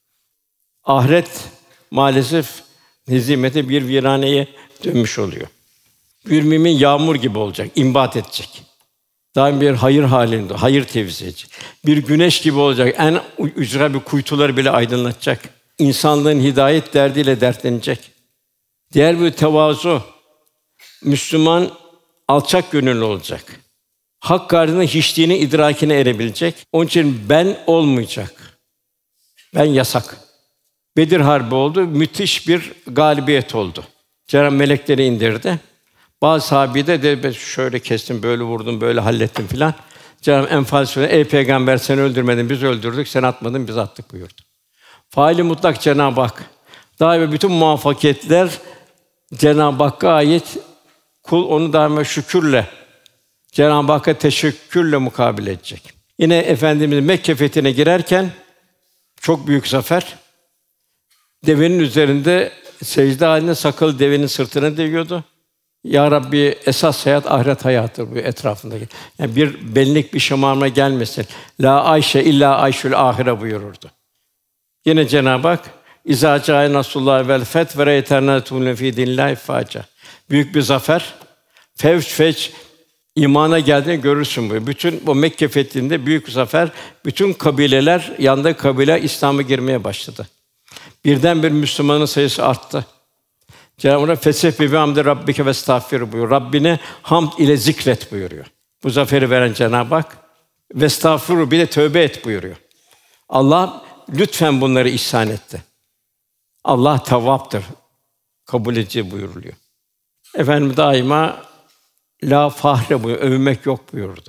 Ahiret maalesef hezimete bir viraneye dönmüş oluyor. Bir mümin yağmur gibi olacak, imbat edecek. Daim bir hayır halinde, hayır tevzi edecek. Bir güneş gibi olacak, en ücra bir kuytuları bile aydınlatacak. İnsanlığın hidayet derdiyle dertlenecek. Diğer bir tevazu, Müslüman alçak gönüllü olacak. hak karşısında hiçliğinin idrakine erebilecek. Onun için ben olmayacak. Ben yasak. Bedir Harbi oldu, müthiş bir galibiyet oldu. Cenab-ı melekleri indirdi. Bazı sahabi de dedi, şöyle kestim, böyle vurdum, böyle hallettim filan. Cenab-ı Enfal Suresi, ey peygamber sen öldürmedin, biz öldürdük, sen atmadın, biz attık buyurdu. Faali mutlak Cenab-ı Hak. Daima bütün muvaffakiyetler Cenab-ı Hakk'a ait. Kul onu daima şükürle, Cenab-ı Hakk'a teşekkürle mukabele edecek. Yine Efendimiz Mekke fethine girerken çok büyük zafer. Devenin üzerinde secde halinde sakalı devenin sırtına değiyordu. Ya Rabbi, esas hayat ahiret hayatıdır bu etrafındaki. Yani bir benlik bir şımarma gelmesin. La ayşe illa ayşül ahire buyururdu. Yine Cenab-ı Hak İzâ câe nasrullâhi vel feth ve reyternâtûne fî dinillâhi fâca. Büyük bir zafer. Fevç feç imana geldiğini görürsün bu. Bütün bu Mekke fethinde büyük bir zafer. Bütün kabileler, yanındaki kabile İslam'a girmeye başladı. Birden bir Müslümanın sayısı arttı. Cenab-ı Hak "Fesebbih bihamdi rabbike vestağfir" buyuruyor. Rabbine hamd ile zikret buyuruyor. Bu zaferi veren Cenab-ı Hak "Vestağfiru" bir de tövbe et buyuruyor. Allah lütfen bunları ihsan etti. Allah tevvaptır. Kabul edici buyuruluyor. Efendim daima la fahre buyuruyor. Övünmek yok buyurdu.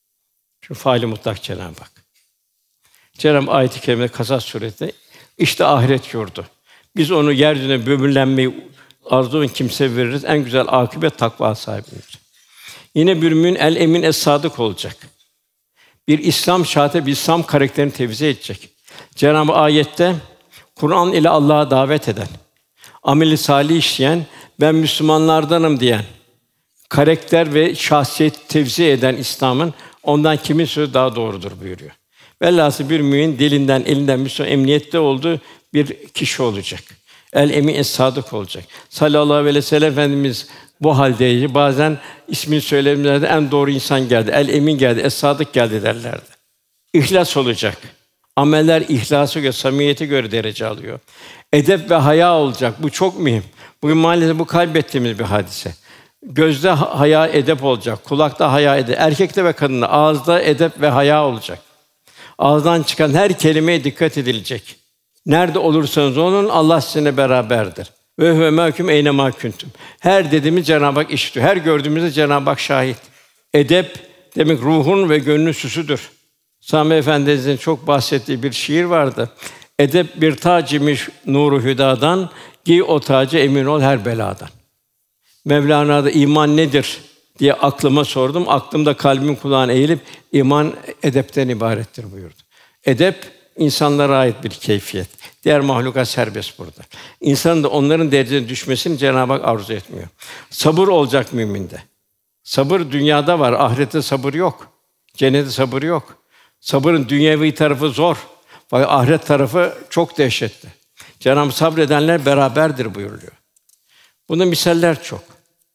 Şu faali mutlak Cenab-ı Hak. Cenab-ı Hak ayet-i kerimede Kasas suresinde işte ahiret yurdu. Biz onu yeryüzüne böbürlenmeyi arzu eden kimse veririz. En güzel akıbet takva sahibidir. Yine bir mümin el emin es sadık olacak. Bir İslam şahit, bir İslam karakterini tevzi edecek. Cenab-ı ayette Kur'an ile Allah'a davet eden, ameli salih işleyen, ben Müslümanlardanım diyen, karakter ve şahsiyet tevzi eden İslam'ın ondan kimin sözü daha doğrudur buyuruyor. Velhâsıl bir mümin dilinden, elinden Müslüman emniyette olduğu bir kişi olacak. El emin es sadık olacak. Sallallahu aleyhi ve sellem Efendimiz bu haldeydi. Bazen ismini söylemlerde en doğru insan geldi, el emin geldi, es sadık geldi derlerdi. İhlas olacak. Ameller ihlasa göre, samimiyete göre derece alıyor. Edep ve haya olacak. Bu çok mühim. Bugün maalesef bu kaybettiğimiz bir hadise. Gözde haya, edep olacak. Kulakta haya, edep. Erkekte ve kadında ağızda edep ve haya olacak. Ağızdan çıkan her kelimeye dikkat edilecek. Nerede olursanız olun Allah sizinle beraberdir. Ve huve mâküm eyne mâ kuntum. Her dediğimiz Cenab-ı Hak işitiyor. Her gördüğümüzde Cenab-ı Hak şahit. Edep demek ruhun ve gönlün süsüdür. Sami Efendimiz'in çok bahsettiği bir şiir vardı. Edep bir tac imiş nuru hüdadan, giy o tacı emin ol her beladan. Mevlana'da iman nedir diye aklıma sordum. Aklımda kalbim kulağına eğilip iman edepten ibarettir buyurdu. Edep insanlara ait bir keyfiyet. Diğer mahlukat serbest burada. İnsanın da onların derecesine düşmesini Cenab-ı Hak arzu etmiyor. Sabır olacak müminde. Sabır dünyada var, ahirette sabır yok. Cennette sabır yok. Sabırın dünyevi tarafı zor. Fakat ahiret tarafı çok dehşetli. Cenab-ı Hak sabredenler beraberdir buyuruluyor. Bunun misaller çok.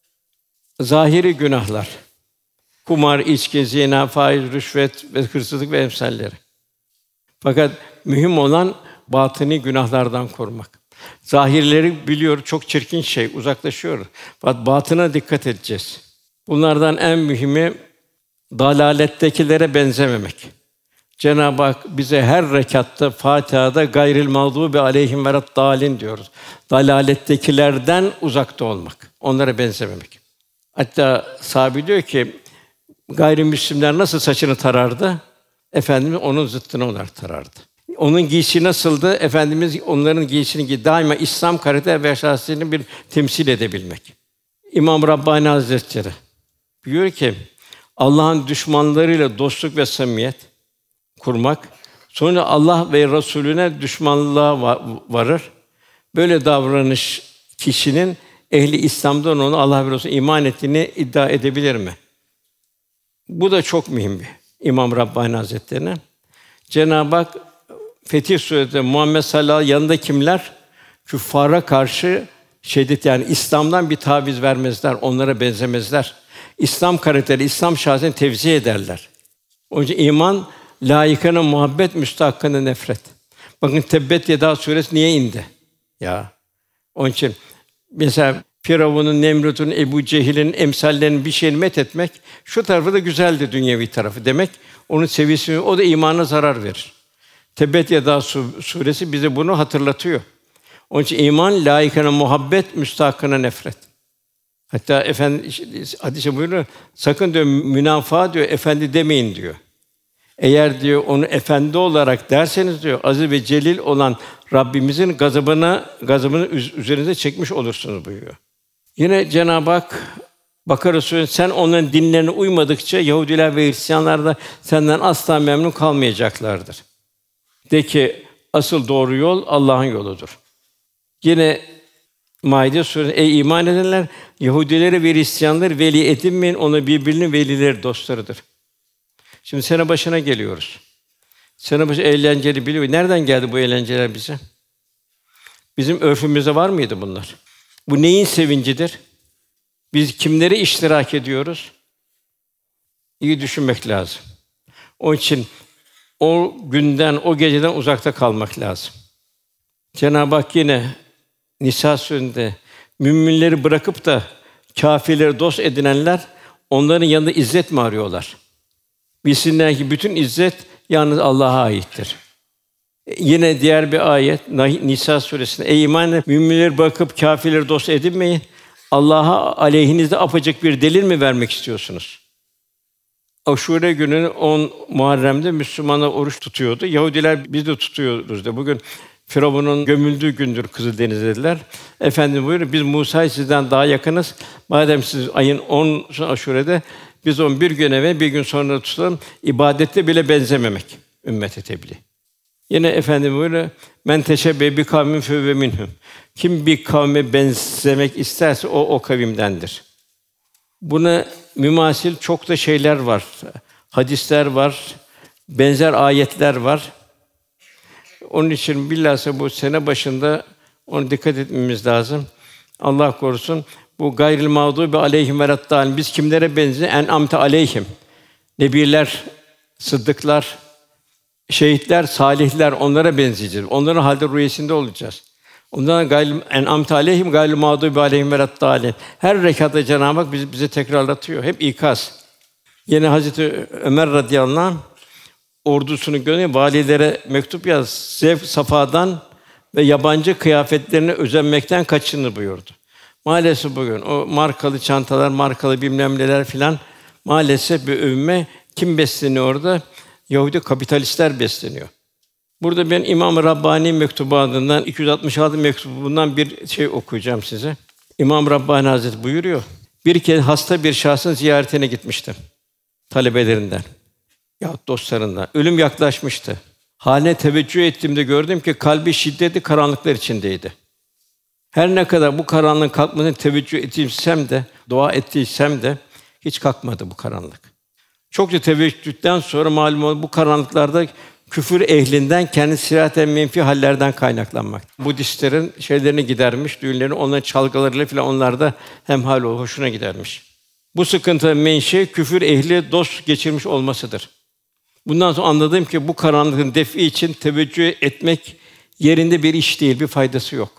Zahiri günahlar. Kumar, içki, zina, faiz, rüşvet ve hırsızlık ve emsalleri. Fakat mühim olan batini günahlardan korumak. Zahirleri biliyor, çok çirkin şey, uzaklaşıyor. Fakat batına dikkat edeceğiz. Bunlardan en mühimi dalalettekilere benzememek. Cenab-ı Hak bize her rekatta Fatiha'da gayril mağdûbi aleyhim veleddâlin diyoruz. Dalalettekilerden uzakta olmak, onlara benzememek. Hatta sahabe diyor ki gayrimüslimler nasıl saçını tarardı? Efendimiz onun zıttını olarak tarardı. Onun giysi nasıldı? Efendimiz onların giysisini giy daima İslam karakter ve şahsiyetini bir temsil edebilmek. İmam Rabbani Hazretleri diyor ki Allah'ın düşmanlarıyla dostluk ve samimiyet kurmak, sonra Allah ve Resulüne düşmanlığa varır. Böyle davranış kişinin ehli İslam'dan onu Allah ve Resulü iman ettiğini iddia edebilir mi? Bu da çok mühim bir İmam Rabbani Hazretleri'ne. Cenab-ı Hak Fetih Suresi'nde Muhammed sallallahu aleyhi ve sellem yanında kimler? Küffara karşı şiddet yani İslam'dan bir taviz vermezler, onlara benzemezler. İslam karakteri, İslam şahsiyetini tevzi ederler. Onun için iman layıkına muhabbet, müstahakkına nefret. Bakın Tebbet Yeda suresi niye indi? Ya onun için mesela Firavun'un, Nemrut'un, Ebu Cehil'in emsallerinin bir şeyini methetmek, şu tarafı da güzeldi dünyevi tarafı demek. Onun seviyesi, o da imana zarar verir. Tebbet Yeda suresi bize bunu hatırlatıyor. Onun için iman layıkına muhabbet, müstahakına nefret. Hatta efendi hadis-i buyuruyor, sakın diyor münafığa diyor efendi demeyin diyor. Eğer diyor onu efendi olarak derseniz diyor aziz ve celil olan Rabbimizin gazabına gazabını üzerinize çekmiş olursunuz buyuruyor. Yine Cenab-ı Hak Bakara Suresi sen onların dinlerine uymadıkça Yahudiler ve Hristiyanlar da senden asla memnun kalmayacaklardır. De ki asıl doğru yol Allah'ın yoludur. Yine Maide Suresi ey iman edenler Yahudileri ve Hristiyanları veli edinmeyin, onu birbirinin velileri dostlarıdır. Şimdi sene başına geliyoruz. Sene başı eğlenceli biliyor. Nereden geldi bu eğlenceler bize? Bizim örfümüzde var mıydı bunlar? Bu neyin sevincidir? Biz kimlere iştirak ediyoruz? İyi düşünmek lazım. Onun için o günden, o geceden uzakta kalmak lazım. Cenab-ı Hak yine Nisa Suresi'nde müminleri bırakıp da kâfirleri dost edinenler onların yanında izzet mi arıyorlar? Bilsinler ki bütün izzet yalnız Allah'a aittir. Yine diğer bir ayet Nisa Suresi'nde ey iman eden müminleri bırakıp kâfirleri dost edinmeyin. Allah'a aleyhinizde apaçık bir delil mi vermek istiyorsunuz? Aşure günü on Muharrem'de Müslümanlar oruç tutuyordu. Yahudiler biz de tutuyoruz da bugün Firavun'un gömüldüğü gündür Kızıldeniz dediler. Efendim buyuruyor biz Musa'ya sizden daha yakınız. Madem siz ayın on Aşure'de biz on bir gün evvel bir gün sonra tutalım. İbadette bile benzememek ümmet-i tebliğ. Yine efendim buyuruyor men teşebbe bi kavmin fe minhum. Kim bir kavme benzemek isterse o o kavimdendir. Buna mümasil çok da şeyler var. Hadisler var, benzer ayetler var. Onun için bilhassa bu sene başında ona dikkat etmemiz lazım. Allah korusun bu gayril mağdûbi aleyhim ve raddâlin biz kimlere benziyor? En amte aleyhim. Nebiler, sıddıklar, şehitler, salihler onlara benzeyeceğiz. Onların halde rüyesinde olacağız. Ondan gayril en amte aleyhim gayril mağdûbi aleyhim ve raddâlin. Her rekatta Cenab-ı Hak bizi bize tekrarlatıyor. Hep ikaz. Yine Hazreti Ömer radıyallahu anh ordusunu gönderiyor, valilere mektup yaz. Zevk safadan ve yabancı kıyafetlerine özenmekten kaçının buyurdu. Maalesef bugün o markalı çantalar, markalı bilmem neler filan maalesef bir övünme kim besleniyor orada? Yahudi kapitalistler besleniyor. Burada ben İmam-ı Rabbani mektubatından iki yüz altmış altı mektubundan bir şey okuyacağım size. İmam Rabbani Hazretleri buyuruyor. Bir kez hasta bir şahsın ziyaretine gitmiştim talebelerinden ya dostlarından. Ölüm yaklaşmıştı. Haline teveccüh ettiğimde gördüm ki kalbi şiddetli karanlıklar içindeydi. Her ne kadar bu karanlığın kalkmasına teveccüh ettiysem de, dua ettiysem de hiç kalkmadı bu karanlık. Çokça teveccühten sonra malum oldu bu karanlıklarda küfür ehlinden kendi siraten menfi hallerden kaynaklanmak. Budistlerin şeylerini gidermiş, düğünlerini onların çalgılarıyla filan onlar da hemhal ol, hoşuna gidermiş. Bu sıkıntı menşe küfür ehli dost geçirmiş olmasıdır. Bundan sonra anladım ki bu karanlığın defi için teveccüh etmek yerinde bir iş değil, bir faydası yok.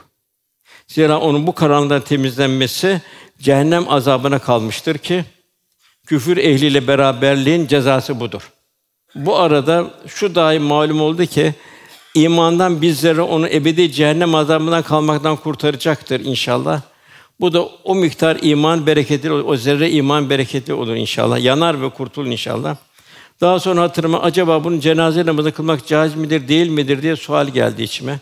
Zira onun bu karanlıktan temizlenmesi cehennem azabına kalmıştır ki küfür ehliyle beraberliğin cezası budur. Bu arada şu dahi malum oldu ki imandan bizleri onu ebedi cehennem azabından kalmaktan kurtaracaktır inşallah. Bu da o miktar iman bereketli, o zerre iman bereketli olur inşallah. Yanar ve kurtulur inşallah. Daha sonra hatırıma acaba bunun cenaze namazı kılmak caiz midir, değil midir diye sual geldi içime.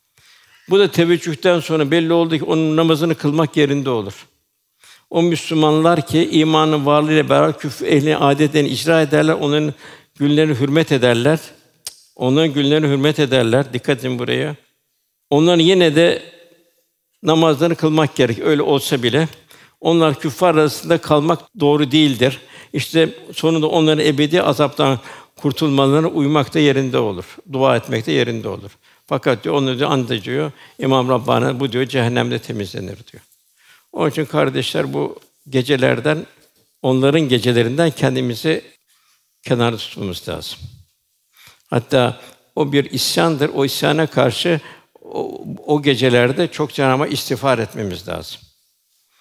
Bu da teveccühten sonra belli oldu ki onun namazını kılmak yerinde olur. O Müslümanlar ki imanın varlığıyla beraber küfür ehlinin adetlerini icra ederler, onların günlerini hürmet ederler. Onların günlerini hürmet ederler. Dikkat edin buraya. Onların yine de namazlarını kılmak gerek. Öyle olsa bile onlar küffar arasında kalmak doğru değildir. İşte sonunda onların ebedi azaptan kurtulmalarına uymak da yerinde olur. Dua etmek de yerinde olur. Fakat diyor, onu diyor, anda diyor, İmam Rabbani bu diyor cehennemde temizlenir diyor. Onun için kardeşler bu gecelerden, onların gecelerinden kendimizi kenarda tutmamız lazım. Hatta o bir isyandır. O isyana karşı o, o gecelerde çok Cenab-ı Hak istiğfar etmemiz lazım.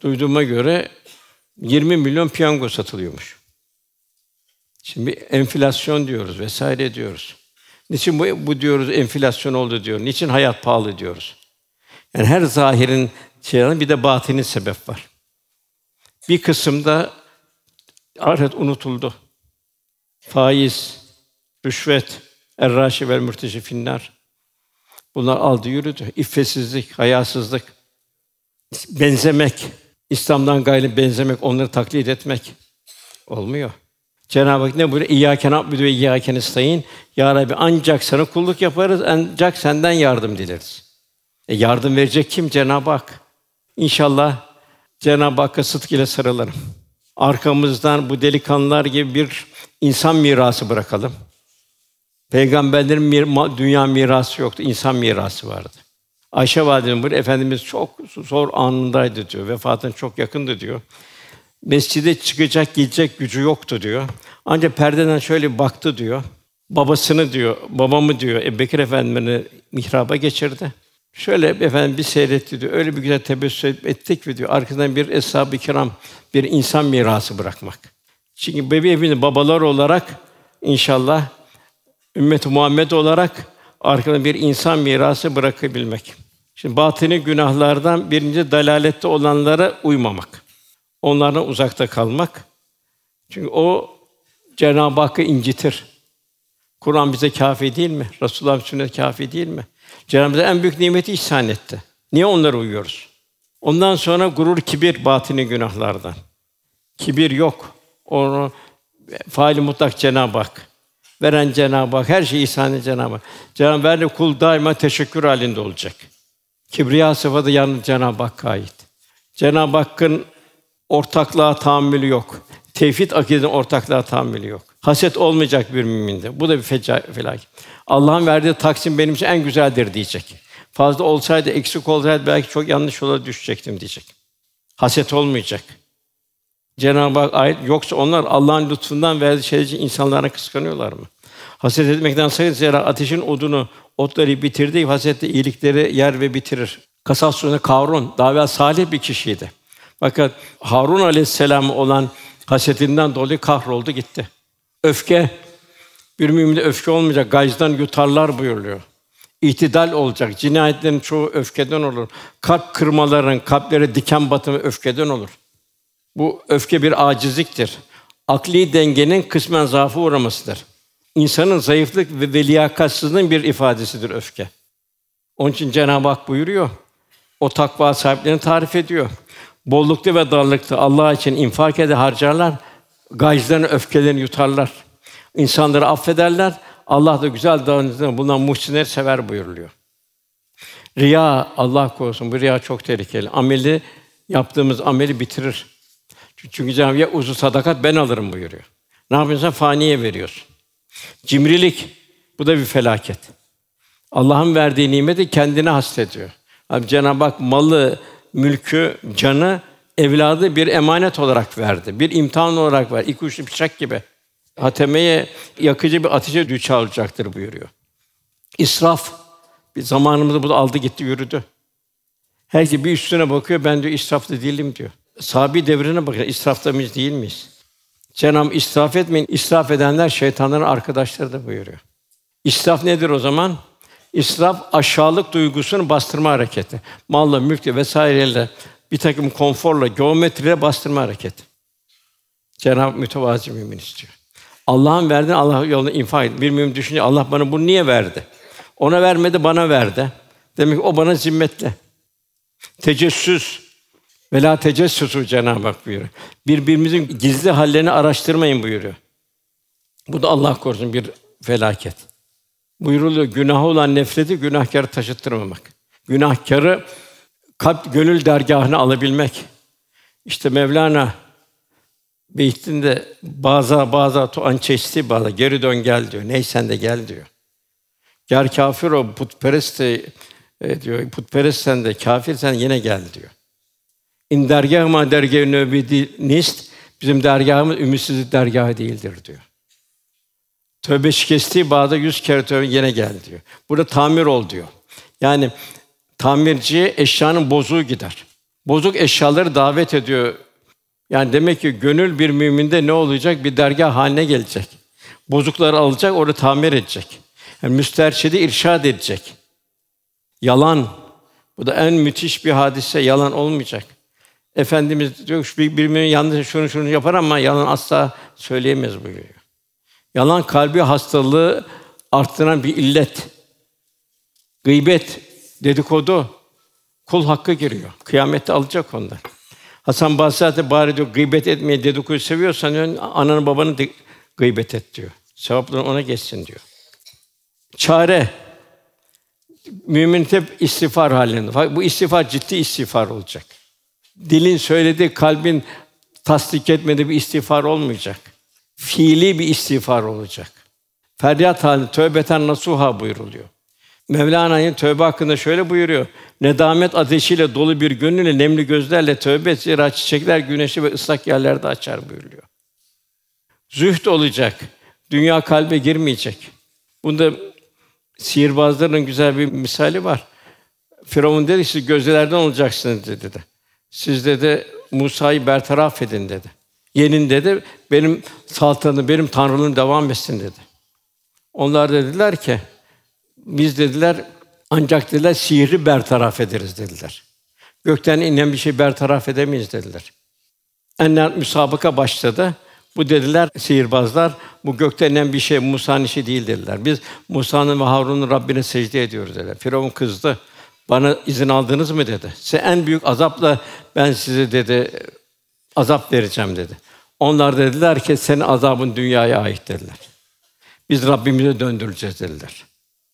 Duyduğuma göre yirmi milyon piyango satılıyormuş. Şimdi enflasyon diyoruz vesaire diyoruz. Niçin bu, bu diyoruz enflasyon oldu diyor. Niçin hayat pahalı diyoruz. Yani her zahirin şeylerinde bir de batini sebep var. Bir kısımda ahiret unutuldu. Faiz, rüşvet, er-râşi vel mürteşi finnâr. Bunlar aldı yürüdü. İffetsizlik, hayasızlık, benzemek, İslam'dan gayrı benzemek, onları taklit etmek olmuyor. Cenab-ı Hak ne buyuruyor? İyyâke na'budu ve iyyâke nestaîn. Ya Rabbi ancak sana kulluk yaparız, ancak senden yardım dileriz. E yardım verecek kim? Cenab-ı Hak. İnşallah Cenab-ı Hakk'a sıdk ile sarılalım. Arkamızdan bu delikanlılar gibi bir insan mirası bırakalım. Peygamberlerin mir- dünya mirası yoktu, insan mirası vardı. Ayşe validemiz buyuruyor, Efendimiz çok zor anındaydı diyor, vefatına çok yakındı diyor. Mescide çıkacak, gidecek gücü yoktu diyor. Ancak perdeden şöyle bir baktı diyor. Babasını diyor, babamı diyor, Ebubekir Efendimiz'i mihraba geçirdi. Şöyle efendim bir seyretti diyor. Öyle bir güzel tebessüm ettik ki diyor. Arkasından bir eshab-ı kiram, bir insan mirası bırakmak. Çünkü bebeğin babalar olarak inşallah ümmet-i Muhammed olarak arkada bir insan mirası bırakabilmek. Şimdi batini günahlardan birinci dalalette olanlara uymamak. Onlardan uzakta kalmak. Çünkü o Cenab-ı Hakk'ı incitir. Kur'an bize kâfi değil mi? Resulullah sünnet kâfi değil mi? Cenab-ı Hak en büyük nimeti ihsan etti. Niye onlara uyuyoruz? Ondan sonra gurur, kibir batini günahlardan. Kibir yok. Onu faali mutlak Cenab-ı Hak. Veren Cenab-ı Hak, her şeyi ihsan eden Cenab-ı Hak. Cenab-ı Hak verdi, kul daima teşekkür halinde olacak. Kibriya sıfatı yalnız Cenab-ı Hakk'a ait. Cenab-ı Hakk'ın ortaklığa tahammülü yok. Tevhid akidesinin ortaklığa tahammülü yok. Haset olmayacak bir müminde. Bu da bir feca- felaket. Allah'ın verdiği taksim benim için en güzeldir diyecek. Fazla olsaydı, eksik olsaydı belki çok yanlış yola düşecektim diyecek. Haset olmayacak. Cenab-ı Hak ait yoksa onlar Allah'ın lütfundan verdiği şeyler için insanlara kıskanıyorlar mı? Haset etmekten sakın, zira ateşin odunu otları bitirdiği hasetle iyilikleri yer ve bitirir. Kasas Sûresinde Kârûn daha evvel salih bir kişiydi. Fakat Harun aleyhisselam olan hasetinden dolayı kahroldu gitti. Öfke, bir müminde öfke olmayacak, gayzdan yutarlar buyuruluyor. İhtidal olacak, cinayetlerin çoğu öfkeden olur. Kalp kırmaların, kalplere diken batımı öfkeden olur. Bu öfke bir acizliktir. Akli dengenin kısmen zaafa uğramasıdır. İnsanın zayıflık ve, ve liyakatsizliğinin bir ifadesidir öfke. Onun için Cenab-ı Hak buyuruyor, o takva sahiplerini tarif ediyor. Bollukta ve darlıkta Allah için infak eder, harcarlar, gayzlarını, öfkelerini yutarlar. İnsanları affederler, Allah da güzel davranışlarında bulunan muhsinleri sever buyuruluyor. Riya, Allah korusun, bu riya çok tehlikeli. Ameli, yaptığımız ameli bitirir. Çünkü Cenab-ı Hak ya uzun sadakat ben alırım buyuruyor. Ne yapıyorsun? Faniye veriyorsun. Cimrilik, bu da bir felaket. Allah'ın verdiği nimeti kendine hastediyor. Abi Cenab-ı Hak malı, mülkü, canı, evladı bir emanet olarak verdi. Bir imtihan olarak ver. İki uçlu bıçak gibi. Hatemeye yakıcı bir ateşe düçar olacaktır buyuruyor. İsraf, bir zamanımızda bu da aldı gitti yürüdü. Herkes bir üstüne bakıyor, ben diyor israflı değilim diyor. Sahabi devrine bakıyor, israfta mıyız değil miyiz? Cenab-ı Hak israf etmeyin, israf edenler şeytanların arkadaşlarıdır buyuruyor. İsraf nedir o zaman? İsraf aşağılık duygusunu bastırma hareketi. Malla, mülkle vesaireyle bir takım konforla, geometriyle bastırma hareketi. Cenab-ı Hak mütevazi mümin istiyor. Allah'ın verdiğini Allah yolunda infak et. Bir mümin düşünce Allah bana bunu niye verdi? Ona vermedi, bana verdi. Demek ki o bana zimmetli. Tecessüs ve la tecessüsü Cenab-ı Hak buyuruyor. Birbirimizin gizli hallerini araştırmayın buyuruyor. Bu da Allah korusun bir felaket. Buyuruluyor, günahı olan nefreti günahkârı taşıttırmamak. Günahkârı kalp gönül dergâhına alabilmek. İşte Mevlana beytinde bazı bazı tuan çeşti bazı geri dön gel diyor. Neysen de gel diyor. Ger kâfir o putperest de, e, diyor. Putperest sen de kâfir sen yine gel diyor. İn dergâhıma dergâh-ı nöbedi nist bizim dergâhımız ümitsizlik dergâhı değildir diyor. Tövbe şikesti bağda yüz kere tövbe yine gel diyor. Burada tamir ol diyor. Yani tamirciye eşyanın bozuğu gider. Bozuk eşyaları davet ediyor. Yani demek ki gönül bir müminde ne olacak? Bir dergâh haline gelecek. Bozukları alacak, orada tamir edecek. Yani müsterşidi irşad edecek. Yalan, bu da en müthiş bir hadise, yalan olmayacak. Efendimiz diyor ki birbirinin yanlış şunu şunu yapar ama yalan asla söyleyemez buyuruyor. Yalan kalbi hastalığı arttıran bir illet. Gıybet, dedikodu, kul hakkı giriyor. Kıyamette alacak ondan. Hasan Basri bari diyor gıybet etmeyi, dedikodu seviyorsan diyor, ananı babanı de gıybet et diyor. Sevapların ona geçsin diyor. Çare, mümin hep istiğfar halinde. Bu istiğfar ciddi istiğfar olacak. Dilin söylediği, kalbin tasdik etmediği bir istiğfar olmayacak. Fiili bir istiğfar olacak. Feryat halinde tövbeten nasuha buyuruluyor. Mevlana'nın tövbe hakkında şöyle buyuruyor. Nedamet ateşiyle dolu bir gönülle, nemli gözlerle tövbe et, zira çiçekler güneşi ve ıslak yerlerde açar buyuruyor. Zühd olacak. Dünya kalbe girmeyecek. Bunda sihirbazların güzel bir misali var. Firavun dedi, siz gözlerden olacaksınız dedi. Siz dedi Musa'yı bertaraf edin dedi. Yenin dedi, benim saltanatım, benim tanrılığım devam etsin dedi. Onlar dediler ki, biz dediler ancak dediler sihri bertaraf ederiz dediler. Gökten inen bir şey bertaraf edemeyiz dediler. Enler müsabaka başladı. Bu dediler sihirbazlar, bu gökten inen bir şey Musa'nın işi değil dediler. Biz Musa'nın ve Harun'un Rabbine secde ediyoruz dediler. Firavun kızdı. Bana izin aldınız mı dedi. Size en büyük azapla ben size dedi azap vereceğim dedi. Onlar dediler ki senin azabın dünyaya ait dediler. Biz Rabbimize döndürüleceğiz dediler.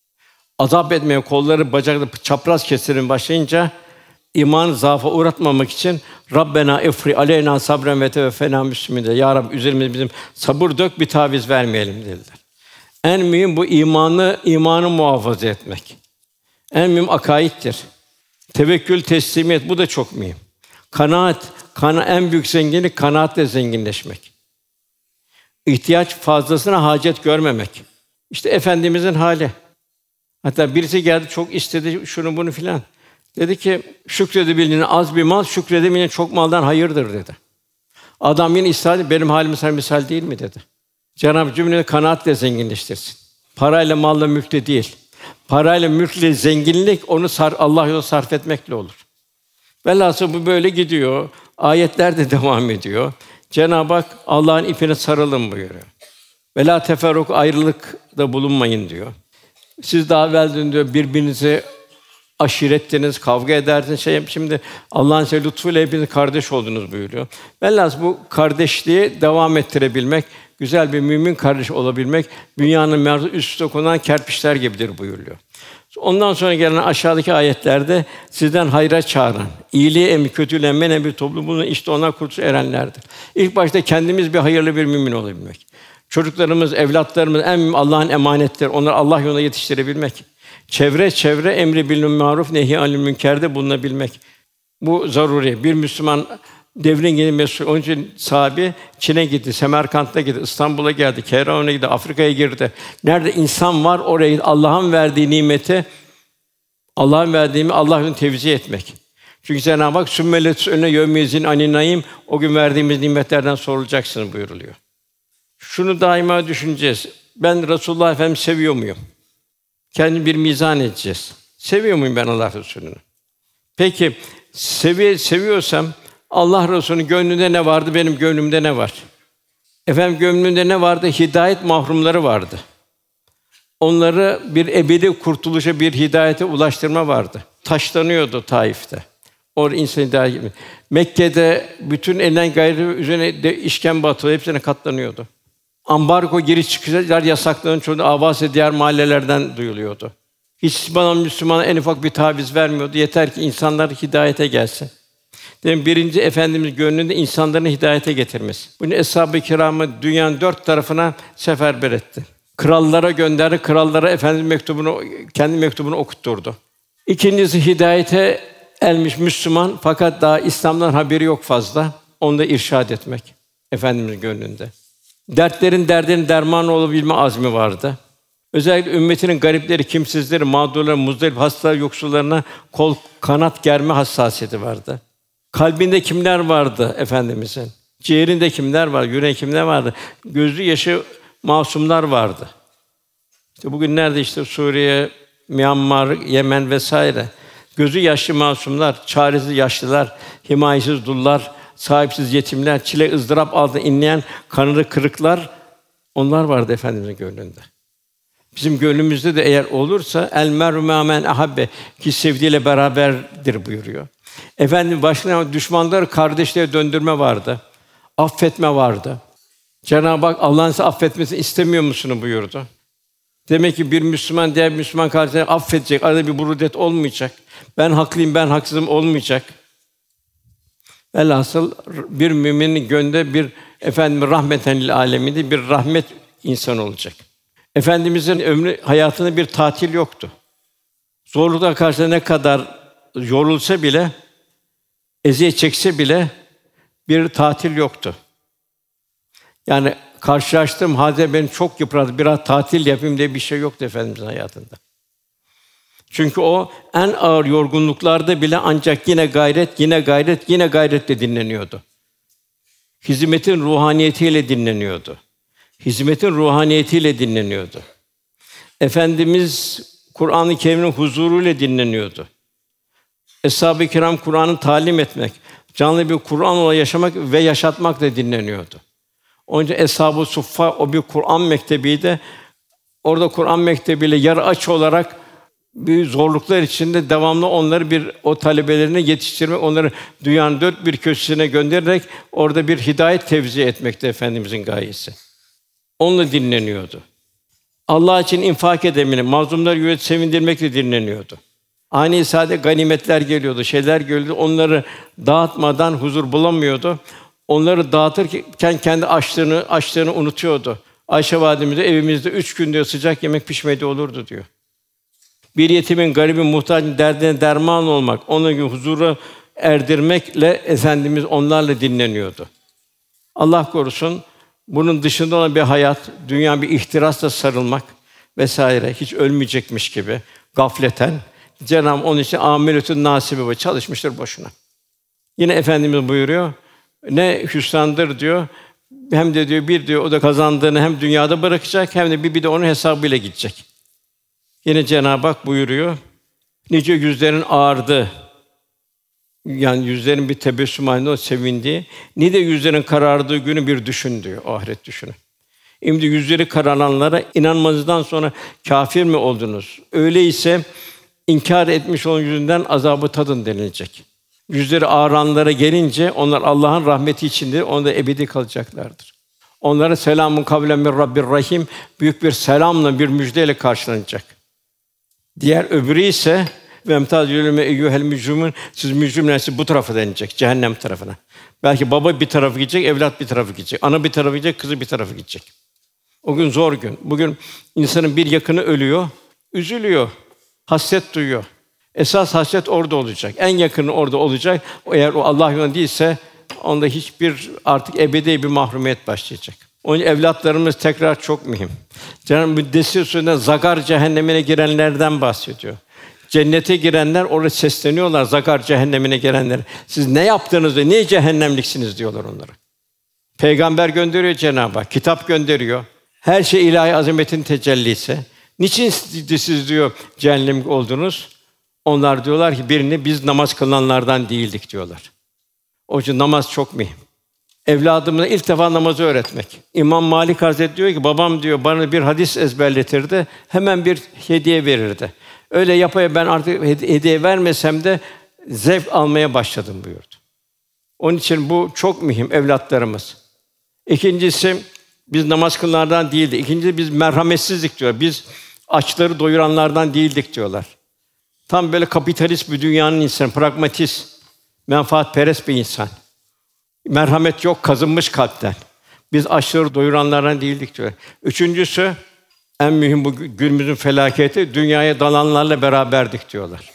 Azap etmeye kolları bacakları çapraz kesirin başlayınca iman zaafa uğratmamak için Rabbena ifri aleyna sabren ve teveffena müslimin. Ya Rabbi üzerimize bizim sabır dök, bir taviz vermeyelim dediler. En mühim bu imanı imanı muhafaza etmek. En mühim akaiddir. Tevekkül, teslimiyet bu da çok mühim. Kanaat, kana en büyük zenginlik kanaatle zenginleşmek. İhtiyaç fazlasına hacet görmemek. İşte Efendimizin hali. Hatta birisi geldi çok istedi şunu bunu filan. Dedi ki şükredebildiğin az bir mal, şükredemeyen çok maldan hayırdır dedi. Adam yine istedi, benim halim sana misal değil mi dedi. Cenab-ı cümleyi kanaatle zenginleştirsin. Parayla, malla, mülkle değil. Parayla, mülkle zenginlik onu sar, Allah yolunda sarf etmekle olur. Velhâsıl bu böyle gidiyor. Ayetler de devam ediyor. Cenab-ı Hak Allah'ın ipine sarılın buyuruyor. Velâ teferruk ayrılıkta bulunmayın diyor. Siz daha evvel diyor birbirinizi aşirettiniz, kavga ederdiniz. Şey, şimdi Allah'ın size lütfuyla hepiniz kardeş oldunuz buyuruyor. Velhâsıl bu kardeşliği devam ettirebilmek, güzel bir mümin kardeş olabilmek, dünyanın merzu üst üste konulan kerpiçler gibidir buyuruyor. Ondan sonra gelen aşağıdaki ayetlerde sizden hayra çağıran, iyiliği emri, kötülüğe men eden bir toplum bulun, işte onlar kurtuluşa erenlerdir. İlk başta kendimiz bir hayırlı bir mümin olabilmek. Çocuklarımız, evlatlarımız en mühim Allah'ın emanetleri. Onları Allah yolunda yetiştirebilmek. Çevre çevre emri bil maruf nehi anil münkerde bulunabilmek. Bu zaruri. Bir Müslüman devrin yeni mesul. Onun için sahabe Çin'e gitti, Semerkant'a gitti, İstanbul'a geldi, Kehraman'a gitti, Afrika'ya girdi. Nerede insan var orayı Allah'ın verdiği nimeti Allah'ın verdiğini Allah yolunda tevzi etmek. Çünkü Cenab-ı Hak sümmelet önüne yevmiyezin aninayim o gün verdiğimiz nimetlerden sorulacaksın buyuruluyor. Şunu daima düşüneceğiz. Ben Resulullah Efendimizi seviyor muyum? Kendi bir mizan edeceğiz. Seviyor muyum ben Allah Resulü'nü? Peki sevi seviyorsam Allah Resulü'nün gönlünde ne vardı, benim gönlümde ne var? Efendim gönlünde ne vardı? Hidayet mahrumları vardı. Onları bir ebedi kurtuluşa, bir hidayete ulaştırma vardı. Taşlanıyordu Taif'te. Orada insan hidayet gibi. Mekke'de bütün elinden gayrı üzerine de işkembe atılıyor, hepsine katlanıyordu. Ambargo giriş çıkışlar yasaklanıyor, çoğu avaz diğer mahallelerden duyuluyordu. Hiç bana Müslümana en ufak bir taviz vermiyordu. Yeter ki insanlar hidayete gelsin. Demek birinci Efendimiz gönlünde insanların hidayete getirmesi. Bunu Eshab-ı Kiram'ı dünyanın dört tarafına seferber etti. Krallara gönderdi, krallara Efendimiz mektubunu, kendi mektubunu okutturdu. İkincisi hidayete elmiş Müslüman fakat daha İslam'dan haberi yok fazla. Onu da irşad etmek Efendimiz'in gönlünde. Dertlerin derdinin dermanı olabilme azmi vardı. Özellikle ümmetinin garipleri, kimsizleri, mağdurları, muzdarip, hasta, yoksullarına kol kanat germe hassasiyeti vardı. Kalbinde kimler vardı Efendimizin? Ciğerinde kimler var? Yüreğinde kimler vardı? Gözü yaşı masumlar vardı. İşte bugün nerede işte Suriye, Myanmar, Yemen vesaire. Gözü yaşlı masumlar, çaresiz yaşlılar, himayesiz dullar, sahipsiz yetimler, çile ızdırap altında inleyen kanı kırıklar, onlar vardı Efendimizin gönlünde. Bizim gönlümüzde de eğer olursa el mer'u mâ men ahabbe ki sevdiğiyle beraberdir buyuruyor. Efendim başına düşmanları kardeşliğe döndürme vardı. Affetme vardı. Cenab-ı Hak Allah'ın size affetmesini istemiyor musunuz buyurdu. Demek ki bir Müslüman diğer Müslüman kardeşini affedecek. Arada bir burudet olmayacak. Ben haklıyım, ben haksızım olmayacak. Velhasıl bir müminin gönlünde bir efendim rahmeten lil âlemîn bir rahmet insan olacak. Efendimizin ömrü hayatında bir tatil yoktu. Zorluklar karşısında ne kadar yorulsa bile, eziyet çekse bile bir tatil yoktu. Yani karşılaştığım hadise beni çok yıprattı. Biraz tatil yapayım diye bir şey yoktu Efendimizin hayatında. Çünkü o en ağır yorgunluklarda bile ancak yine gayret, yine gayret, yine gayretle dinleniyordu. Hizmetin ruhaniyetiyle dinleniyordu. Hizmetin ruhaniyetiyle dinleniyordu. Efendimiz Kur'an-ı Kerim'in huzuruyla dinleniyordu. Eshab-ı Kiram Kur'an'ı talim etmek, canlı bir Kur'an olarak yaşamak ve yaşatmakla dinleniyordu. Onun için Eshab-ı Suffa o bir Kur'an mektebiydi. Orada Kur'an mektebiyle yarı aç olarak büyük zorluklar içinde devamlı onları bir o talebelerini yetiştirmek, onları dünyanın dört bir köşesine göndererek orada bir hidayet tevzi etmekte Efendimizin gayesi. Onunla dinleniyordu. Allah için infak edemini, mazlumları yüret sevindirmekle dinleniyordu. Ani saadet ganimetler geliyordu, şeyler geliyordu. Onları dağıtmadan huzur bulamıyordu. Onları dağıtırken kendi açlığını açlığını unutuyordu. Ayşe validemiz de evimizde üç gün diyor sıcak yemek pişmedi olurdu diyor. Bir yetimin, garibin, muhtacın derdine derman olmak, onu huzura erdirmekle Efendimiz onlarla dinleniyordu. Allah korusun bunun dışında olan bir hayat, dünya bir ihtirasla sarılmak vesaire hiç ölmeyecekmiş gibi gafleten Cenab-ı onun için âmelütün nâsibe çalışmıştır boşuna. Yine Efendimiz buyuruyor. Ne hüsrandır diyor. Hem de diyor bir diyor o da kazandığını hem dünyada bırakacak hem de bir, bir de onun hesabıyla gidecek. Yine Cenab-ı Hak buyuruyor. Nice yüzlerin ağardı. Yani yüzlerin bir tebessüm halinde o sevindiği, ni de yüzlerin karardığı günü bir düşün diyor. Ahiret düşünün. Şimdi yüzleri kararanlara inanmanızdan sonra kâfir mi oldunuz? Öyleyse inkar etmiş olan yüzünden azabı tadın denilecek. Yüzleri ağaranlara gelince onlar Allah'ın rahmeti içindir. Onda ebedi kalacaklardır. Onlara selamun kavlen min Rabbir Rahim büyük bir selamla bir müjdeyle karşılanacak. Diğer öbürü ise ve emtâzül eyyuhel mücrimûn siz mücrimler bu tarafa denilecek cehennem tarafına. Belki baba bir tarafa gidecek, evlat bir tarafa gidecek. Ana bir tarafa gidecek, kızı bir tarafa gidecek. O gün zor gün. Bugün insanın bir yakını ölüyor, üzülüyor, hasret duyuyor. Esas hasret orada olacak. En yakını orada olacak. Eğer o Allah yolunda değilse onda hiçbir artık ebedi bir mahrumiyet başlayacak. Onun için evlatlarımız tekrar çok mühim. Cenab-ı Müddessir Sûresinde Zagar cehennemine girenlerden bahsediyor. Cennete girenler orada sesleniyorlar Zagar cehennemine girenler. Siz ne yaptınız diye, niye cehennemliksiniz diyorlar onlara. Peygamber gönderiyor Cenab-ı Hak, kitap gönderiyor. Her şey ilahi azametin tecellisi. Niçin siz diyor cehennemlik oldunuz? Onlar diyorlar ki birini biz namaz kılanlardan değildik diyorlar. O için namaz çok mühim. Evladımıza ilk defa namazı öğretmek. İmam Malik Hazretleri diyor ki babam diyor bana bir hadis ezberletirdi. Hemen bir hediye verirdi. Öyle yapaya ben artık hediye vermesem de zevk almaya başladım buyurdu. Onun için bu çok mühim evlatlarımız. İkincisi biz namaz kılanlardan değildik. İkincisi biz merhametsizlik diyor. Biz açları doyuranlardan değildik diyorlar. Tam böyle kapitalist bir dünyanın insanı, pragmatist, menfaatperest bir insan. Merhamet yok, kazınmış kalpten. Biz açları doyuranlardan değildik diyor. Üçüncüsü, en mühim bu günümüzün felaketi, dünyaya dalanlarla beraberdik diyorlar.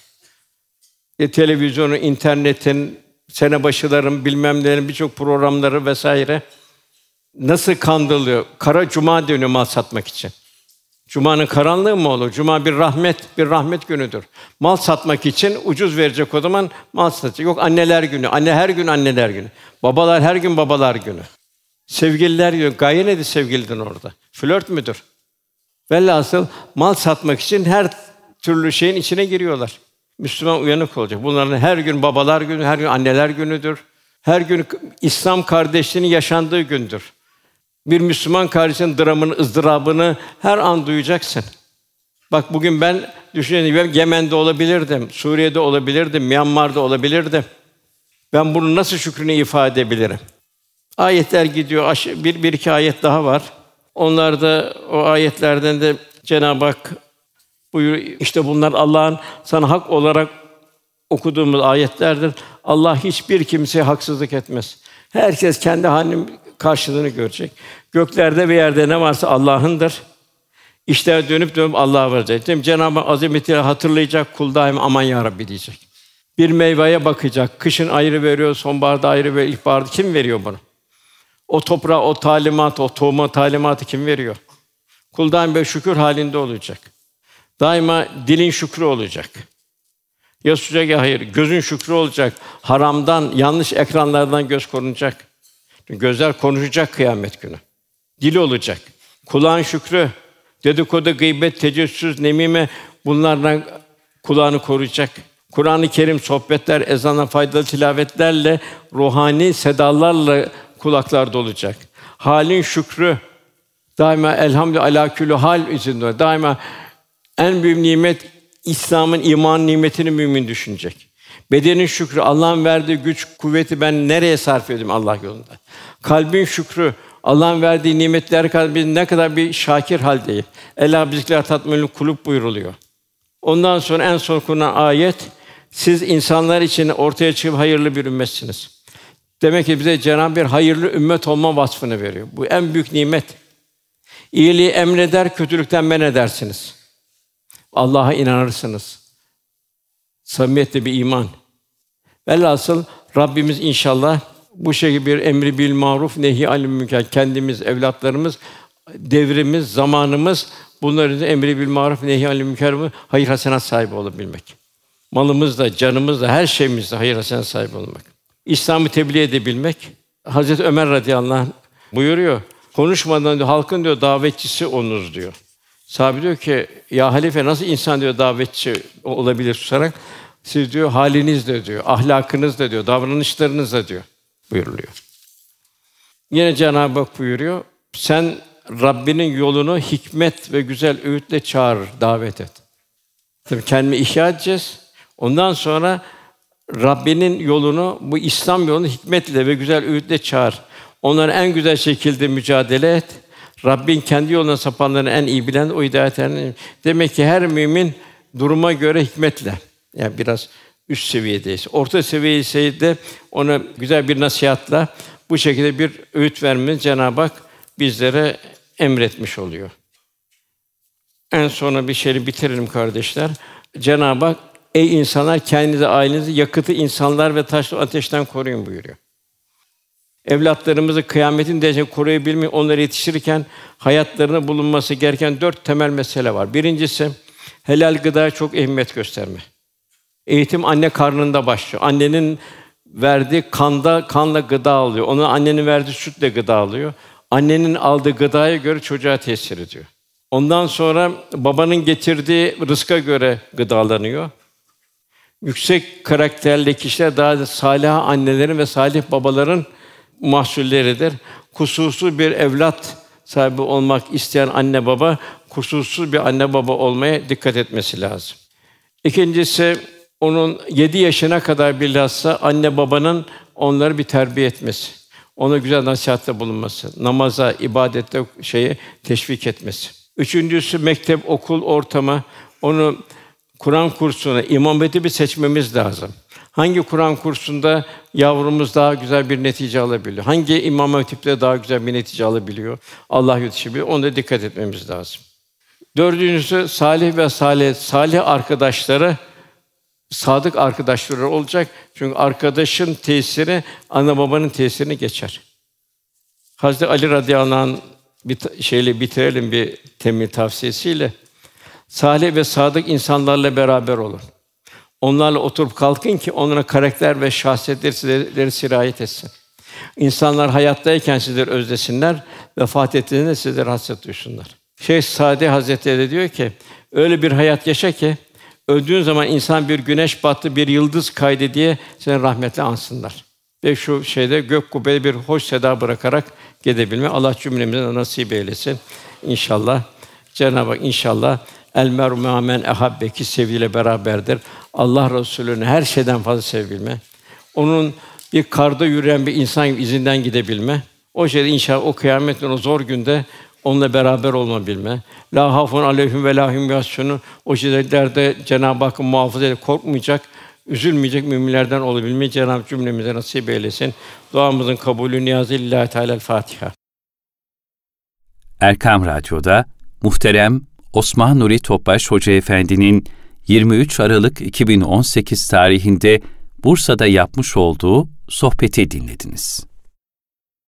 E, televizyonun, internetin, sene başıların, bilmem nelerin birçok programları vesaire nasıl kandırılıyor? Kara cuma dönüyor mal satmak için. Cuma'nın karanlığı mı olur? Cuma bir rahmet, bir rahmet günüdür. Mal satmak için ucuz verecek o zaman mal satacak. Yok anneler günü, anne her gün anneler günü. Babalar her gün babalar günü. Sevgililer günü, gaye nedir sevgiliden orada? Flört müdür? Velhasıl mal satmak için her türlü şeyin içine giriyorlar. Müslüman uyanık olacak. Bunların her gün babalar günü, her gün anneler günüdür. Her gün İslam kardeşliğinin yaşandığı gündür. Bir Müslüman kardeşinin dramını, ızdırabını her an duyacaksın. Bak bugün ben düşünüyorum, Yemen'de olabilirdim, Suriye'de olabilirdim, Myanmar'da olabilirdim. Ben bunu nasıl şükrünü ifade edebilirim? Ayetler gidiyor, bir, bir iki ayet daha var. Onlar da o ayetlerden de Cenab-ı Hak buyuruyor, işte bunlar Allah'ın sana hak olarak okuduğumuz ayetlerdir. Allah hiçbir kimseye haksızlık etmez. Herkes kendi halinin karşılığını görecek. Göklerde ve yerde ne varsa Allah'ındır. İşler dönüp dönüp Allah'a varacak. Cenab-ı Hak azametini hatırlayacak, kul daima aman ya Rabbi diyecek. Bir meyveye bakacak. Kışın ayrı veriyor, sonbaharda ayrı veriyor, ilkbaharda kim veriyor bunu? O toprağa, o talimat, o tohuma talimatı kim veriyor? Kul daima böyle şükür halinde olacak. Daima dilin şükrü olacak. Ya sıcak ya hayır. Gözün şükrü olacak. Haramdan, yanlış ekranlardan göz korunacak. Çünkü gözler konuşacak kıyamet günü. Dil olacak. Kulağın şükrü, dedikodu, gıybet, tecessüs, nemime bunlardan kulağını koruyacak. Kur'an-ı Kerim, sohbetler, ezanla faydalı tilavetlerle, ruhani sedalarla kulaklar dolacak. Halin şükrü, daima elhamdülillah ala külü hal içinde. Daima en büyük nimet İslam'ın iman nimetini mümin düşünecek. Bedenin şükrü, Allah'ın verdiği güç, kuvveti ben nereye sarf edeyim Allah yolunda? Kalbin şükrü, Allah'ın verdiği nimetler kalbin ne kadar bir şakir haldeyim. Ela bizikler tatminül kulub buyuruluyor. Ondan sonra en son okunan ayet, siz insanlar için ortaya çıkıp hayırlı bir ümmetsiniz. Demek ki bize Cenab-ı Hak hayırlı ümmet olma vasfını veriyor. Bu en büyük nimet. İyiliği emreder, kötülükten men edersiniz. Allah'a inanırsınız. Samimiyetle bir iman. Velhasıl Rabbimiz inşallah bu şekilde bir emri bil maruf, nehy anil münker, kendimiz, evlatlarımız, devrimiz, zamanımız bunların emri bil maruf, nehy anil münker, hayır hasenat sahibi olabilmek. Malımızla, canımızla, her şeyimizle hayır hasenat sahibi olmak. İslam'ı tebliğ edebilmek. Hazreti Ömer radıyallahu anh buyuruyor. Konuşmadan diyor, halkın diyor davetçisi olunuz diyor. Sahabe diyor ki, ya halife nasıl insan diyor davetçi olabilir susarak? Siz diyor halinizle diyor, ahlakınızla diyor, davranışlarınızla diyor buyuruluyor. Yine Cenab-ı Hak buyuruyor. Sen Rabbinin yolunu hikmet ve güzel öğütle çağır, davet et. Tabii kendimi ihya edeceğiz. Ondan sonra Rabbinin yolunu, bu İslam yolunu hikmetle ve güzel öğütle çağır. Onları en güzel şekilde mücadele et. Rabbin kendi yoluna sapanları en iyi bilen, o hidayet eren. Demek ki her mümin duruma göre hikmetle, yani biraz üst seviyedeyiz. Orta seviyeyse de ona güzel bir nasihatla bu şekilde bir öğüt vermemiz Cenab-ı Hak bizlere emretmiş oluyor. En sona bir şeyi bitirelim kardeşler. Cenab-ı Hak, ey insanlar kendinizi, ailenizi yakıtı insanlar ve taşlı ateşten koruyun buyuruyor. Evlatlarımızı kıyametin derecesinde koruyabilmek, onları yetiştirirken hayatlarına bulunması gereken dört temel mesele var. Birincisi, helal gıdaya çok ehemmiyet gösterme. Eğitim anne karnında başlıyor. Annenin verdiği kanda, kanla gıda alıyor. Ona annenin verdiği sütle gıda alıyor. Annenin aldığı gıdaya göre çocuğa tesir ediyor. Ondan sonra babanın getirdiği rızka göre gıdalanıyor. Yüksek karakterli kişiler daha salih annelerin ve salih babaların mahsulleridir. Kusursuz bir evlat sahibi olmak isteyen anne baba, kusursuz bir anne baba olmaya dikkat etmesi lazım. İkincisi, onun yedi yaşına kadar bilhassa anne babanın onları bir terbiye etmesi, ona güzel nasihatte bulunması, namaza, ibadette şeyi teşvik etmesi. Üçüncüsü, mektep, okul ortamı, onu Kur'an kursuna, İmam Hatip'i seçmemiz lazım. Hangi Kur'an kursunda yavrumuz daha güzel bir netice alabiliyor? Hangi İmam Hatip'te daha güzel bir netice alabiliyor? Allah yetişebiliyor. Ona dikkat etmemiz lazım. Dördüncüsü, salih ve salih, salih arkadaşları, sadık arkadaşları olacak. Çünkü arkadaşın tesiri ana babanın tesirini geçer. Hazreti Ali radıyallahu anh bir şeyle bitirelim bir temin tavsiyesiyle. Salih ve sadık insanlarla beraber olun. Onlarla oturup kalkın ki onlara karakter ve şahsiyetleri sizlere sirayet etsin. İnsanlar hayattayken sizleri özlesinler, vefat ettiğinde sizlere hasret duysunlar. Şeyh Sadi Hazretleri de diyor ki, öyle bir hayat yaşa ki öldüğün zaman insan bir güneş battı, bir yıldız kaydı diye seni rahmetle ansınlar. Ve şu şeyde gök kubbede bir hoş seda bırakarak gidebilme. Allah cümlemize nasip eylesin inşallah. Cenab-ı Hak inşallah el meru men ehabbe ki sevgiyle beraberdir. Allah Resulü'nü her şeyden fazla sevebilme. Onun bir karda yürüyen bir insan gibi izinden gidebilme. O şeyde inşallah o kıyametin o zor günde onunla beraber olma bilme. La hafun aleyhim ve la hum yahzunun. O şeylerde Cenab-ı Hakk'ın muhafaza edip korkmayacak, üzülmeyecek müminlerden olabilmeyi Cenab-ı Hak cümlemize nasip eylesin. Duamızın kabulü niyazı lillahi teâlâ Fatiha. Erkam Radyo'da muhterem Osman Nuri Topbaş Hoca Efendi'nin yirmi üç Aralık iki bin on sekiz tarihinde Bursa'da yapmış olduğu sohbeti dinlediniz.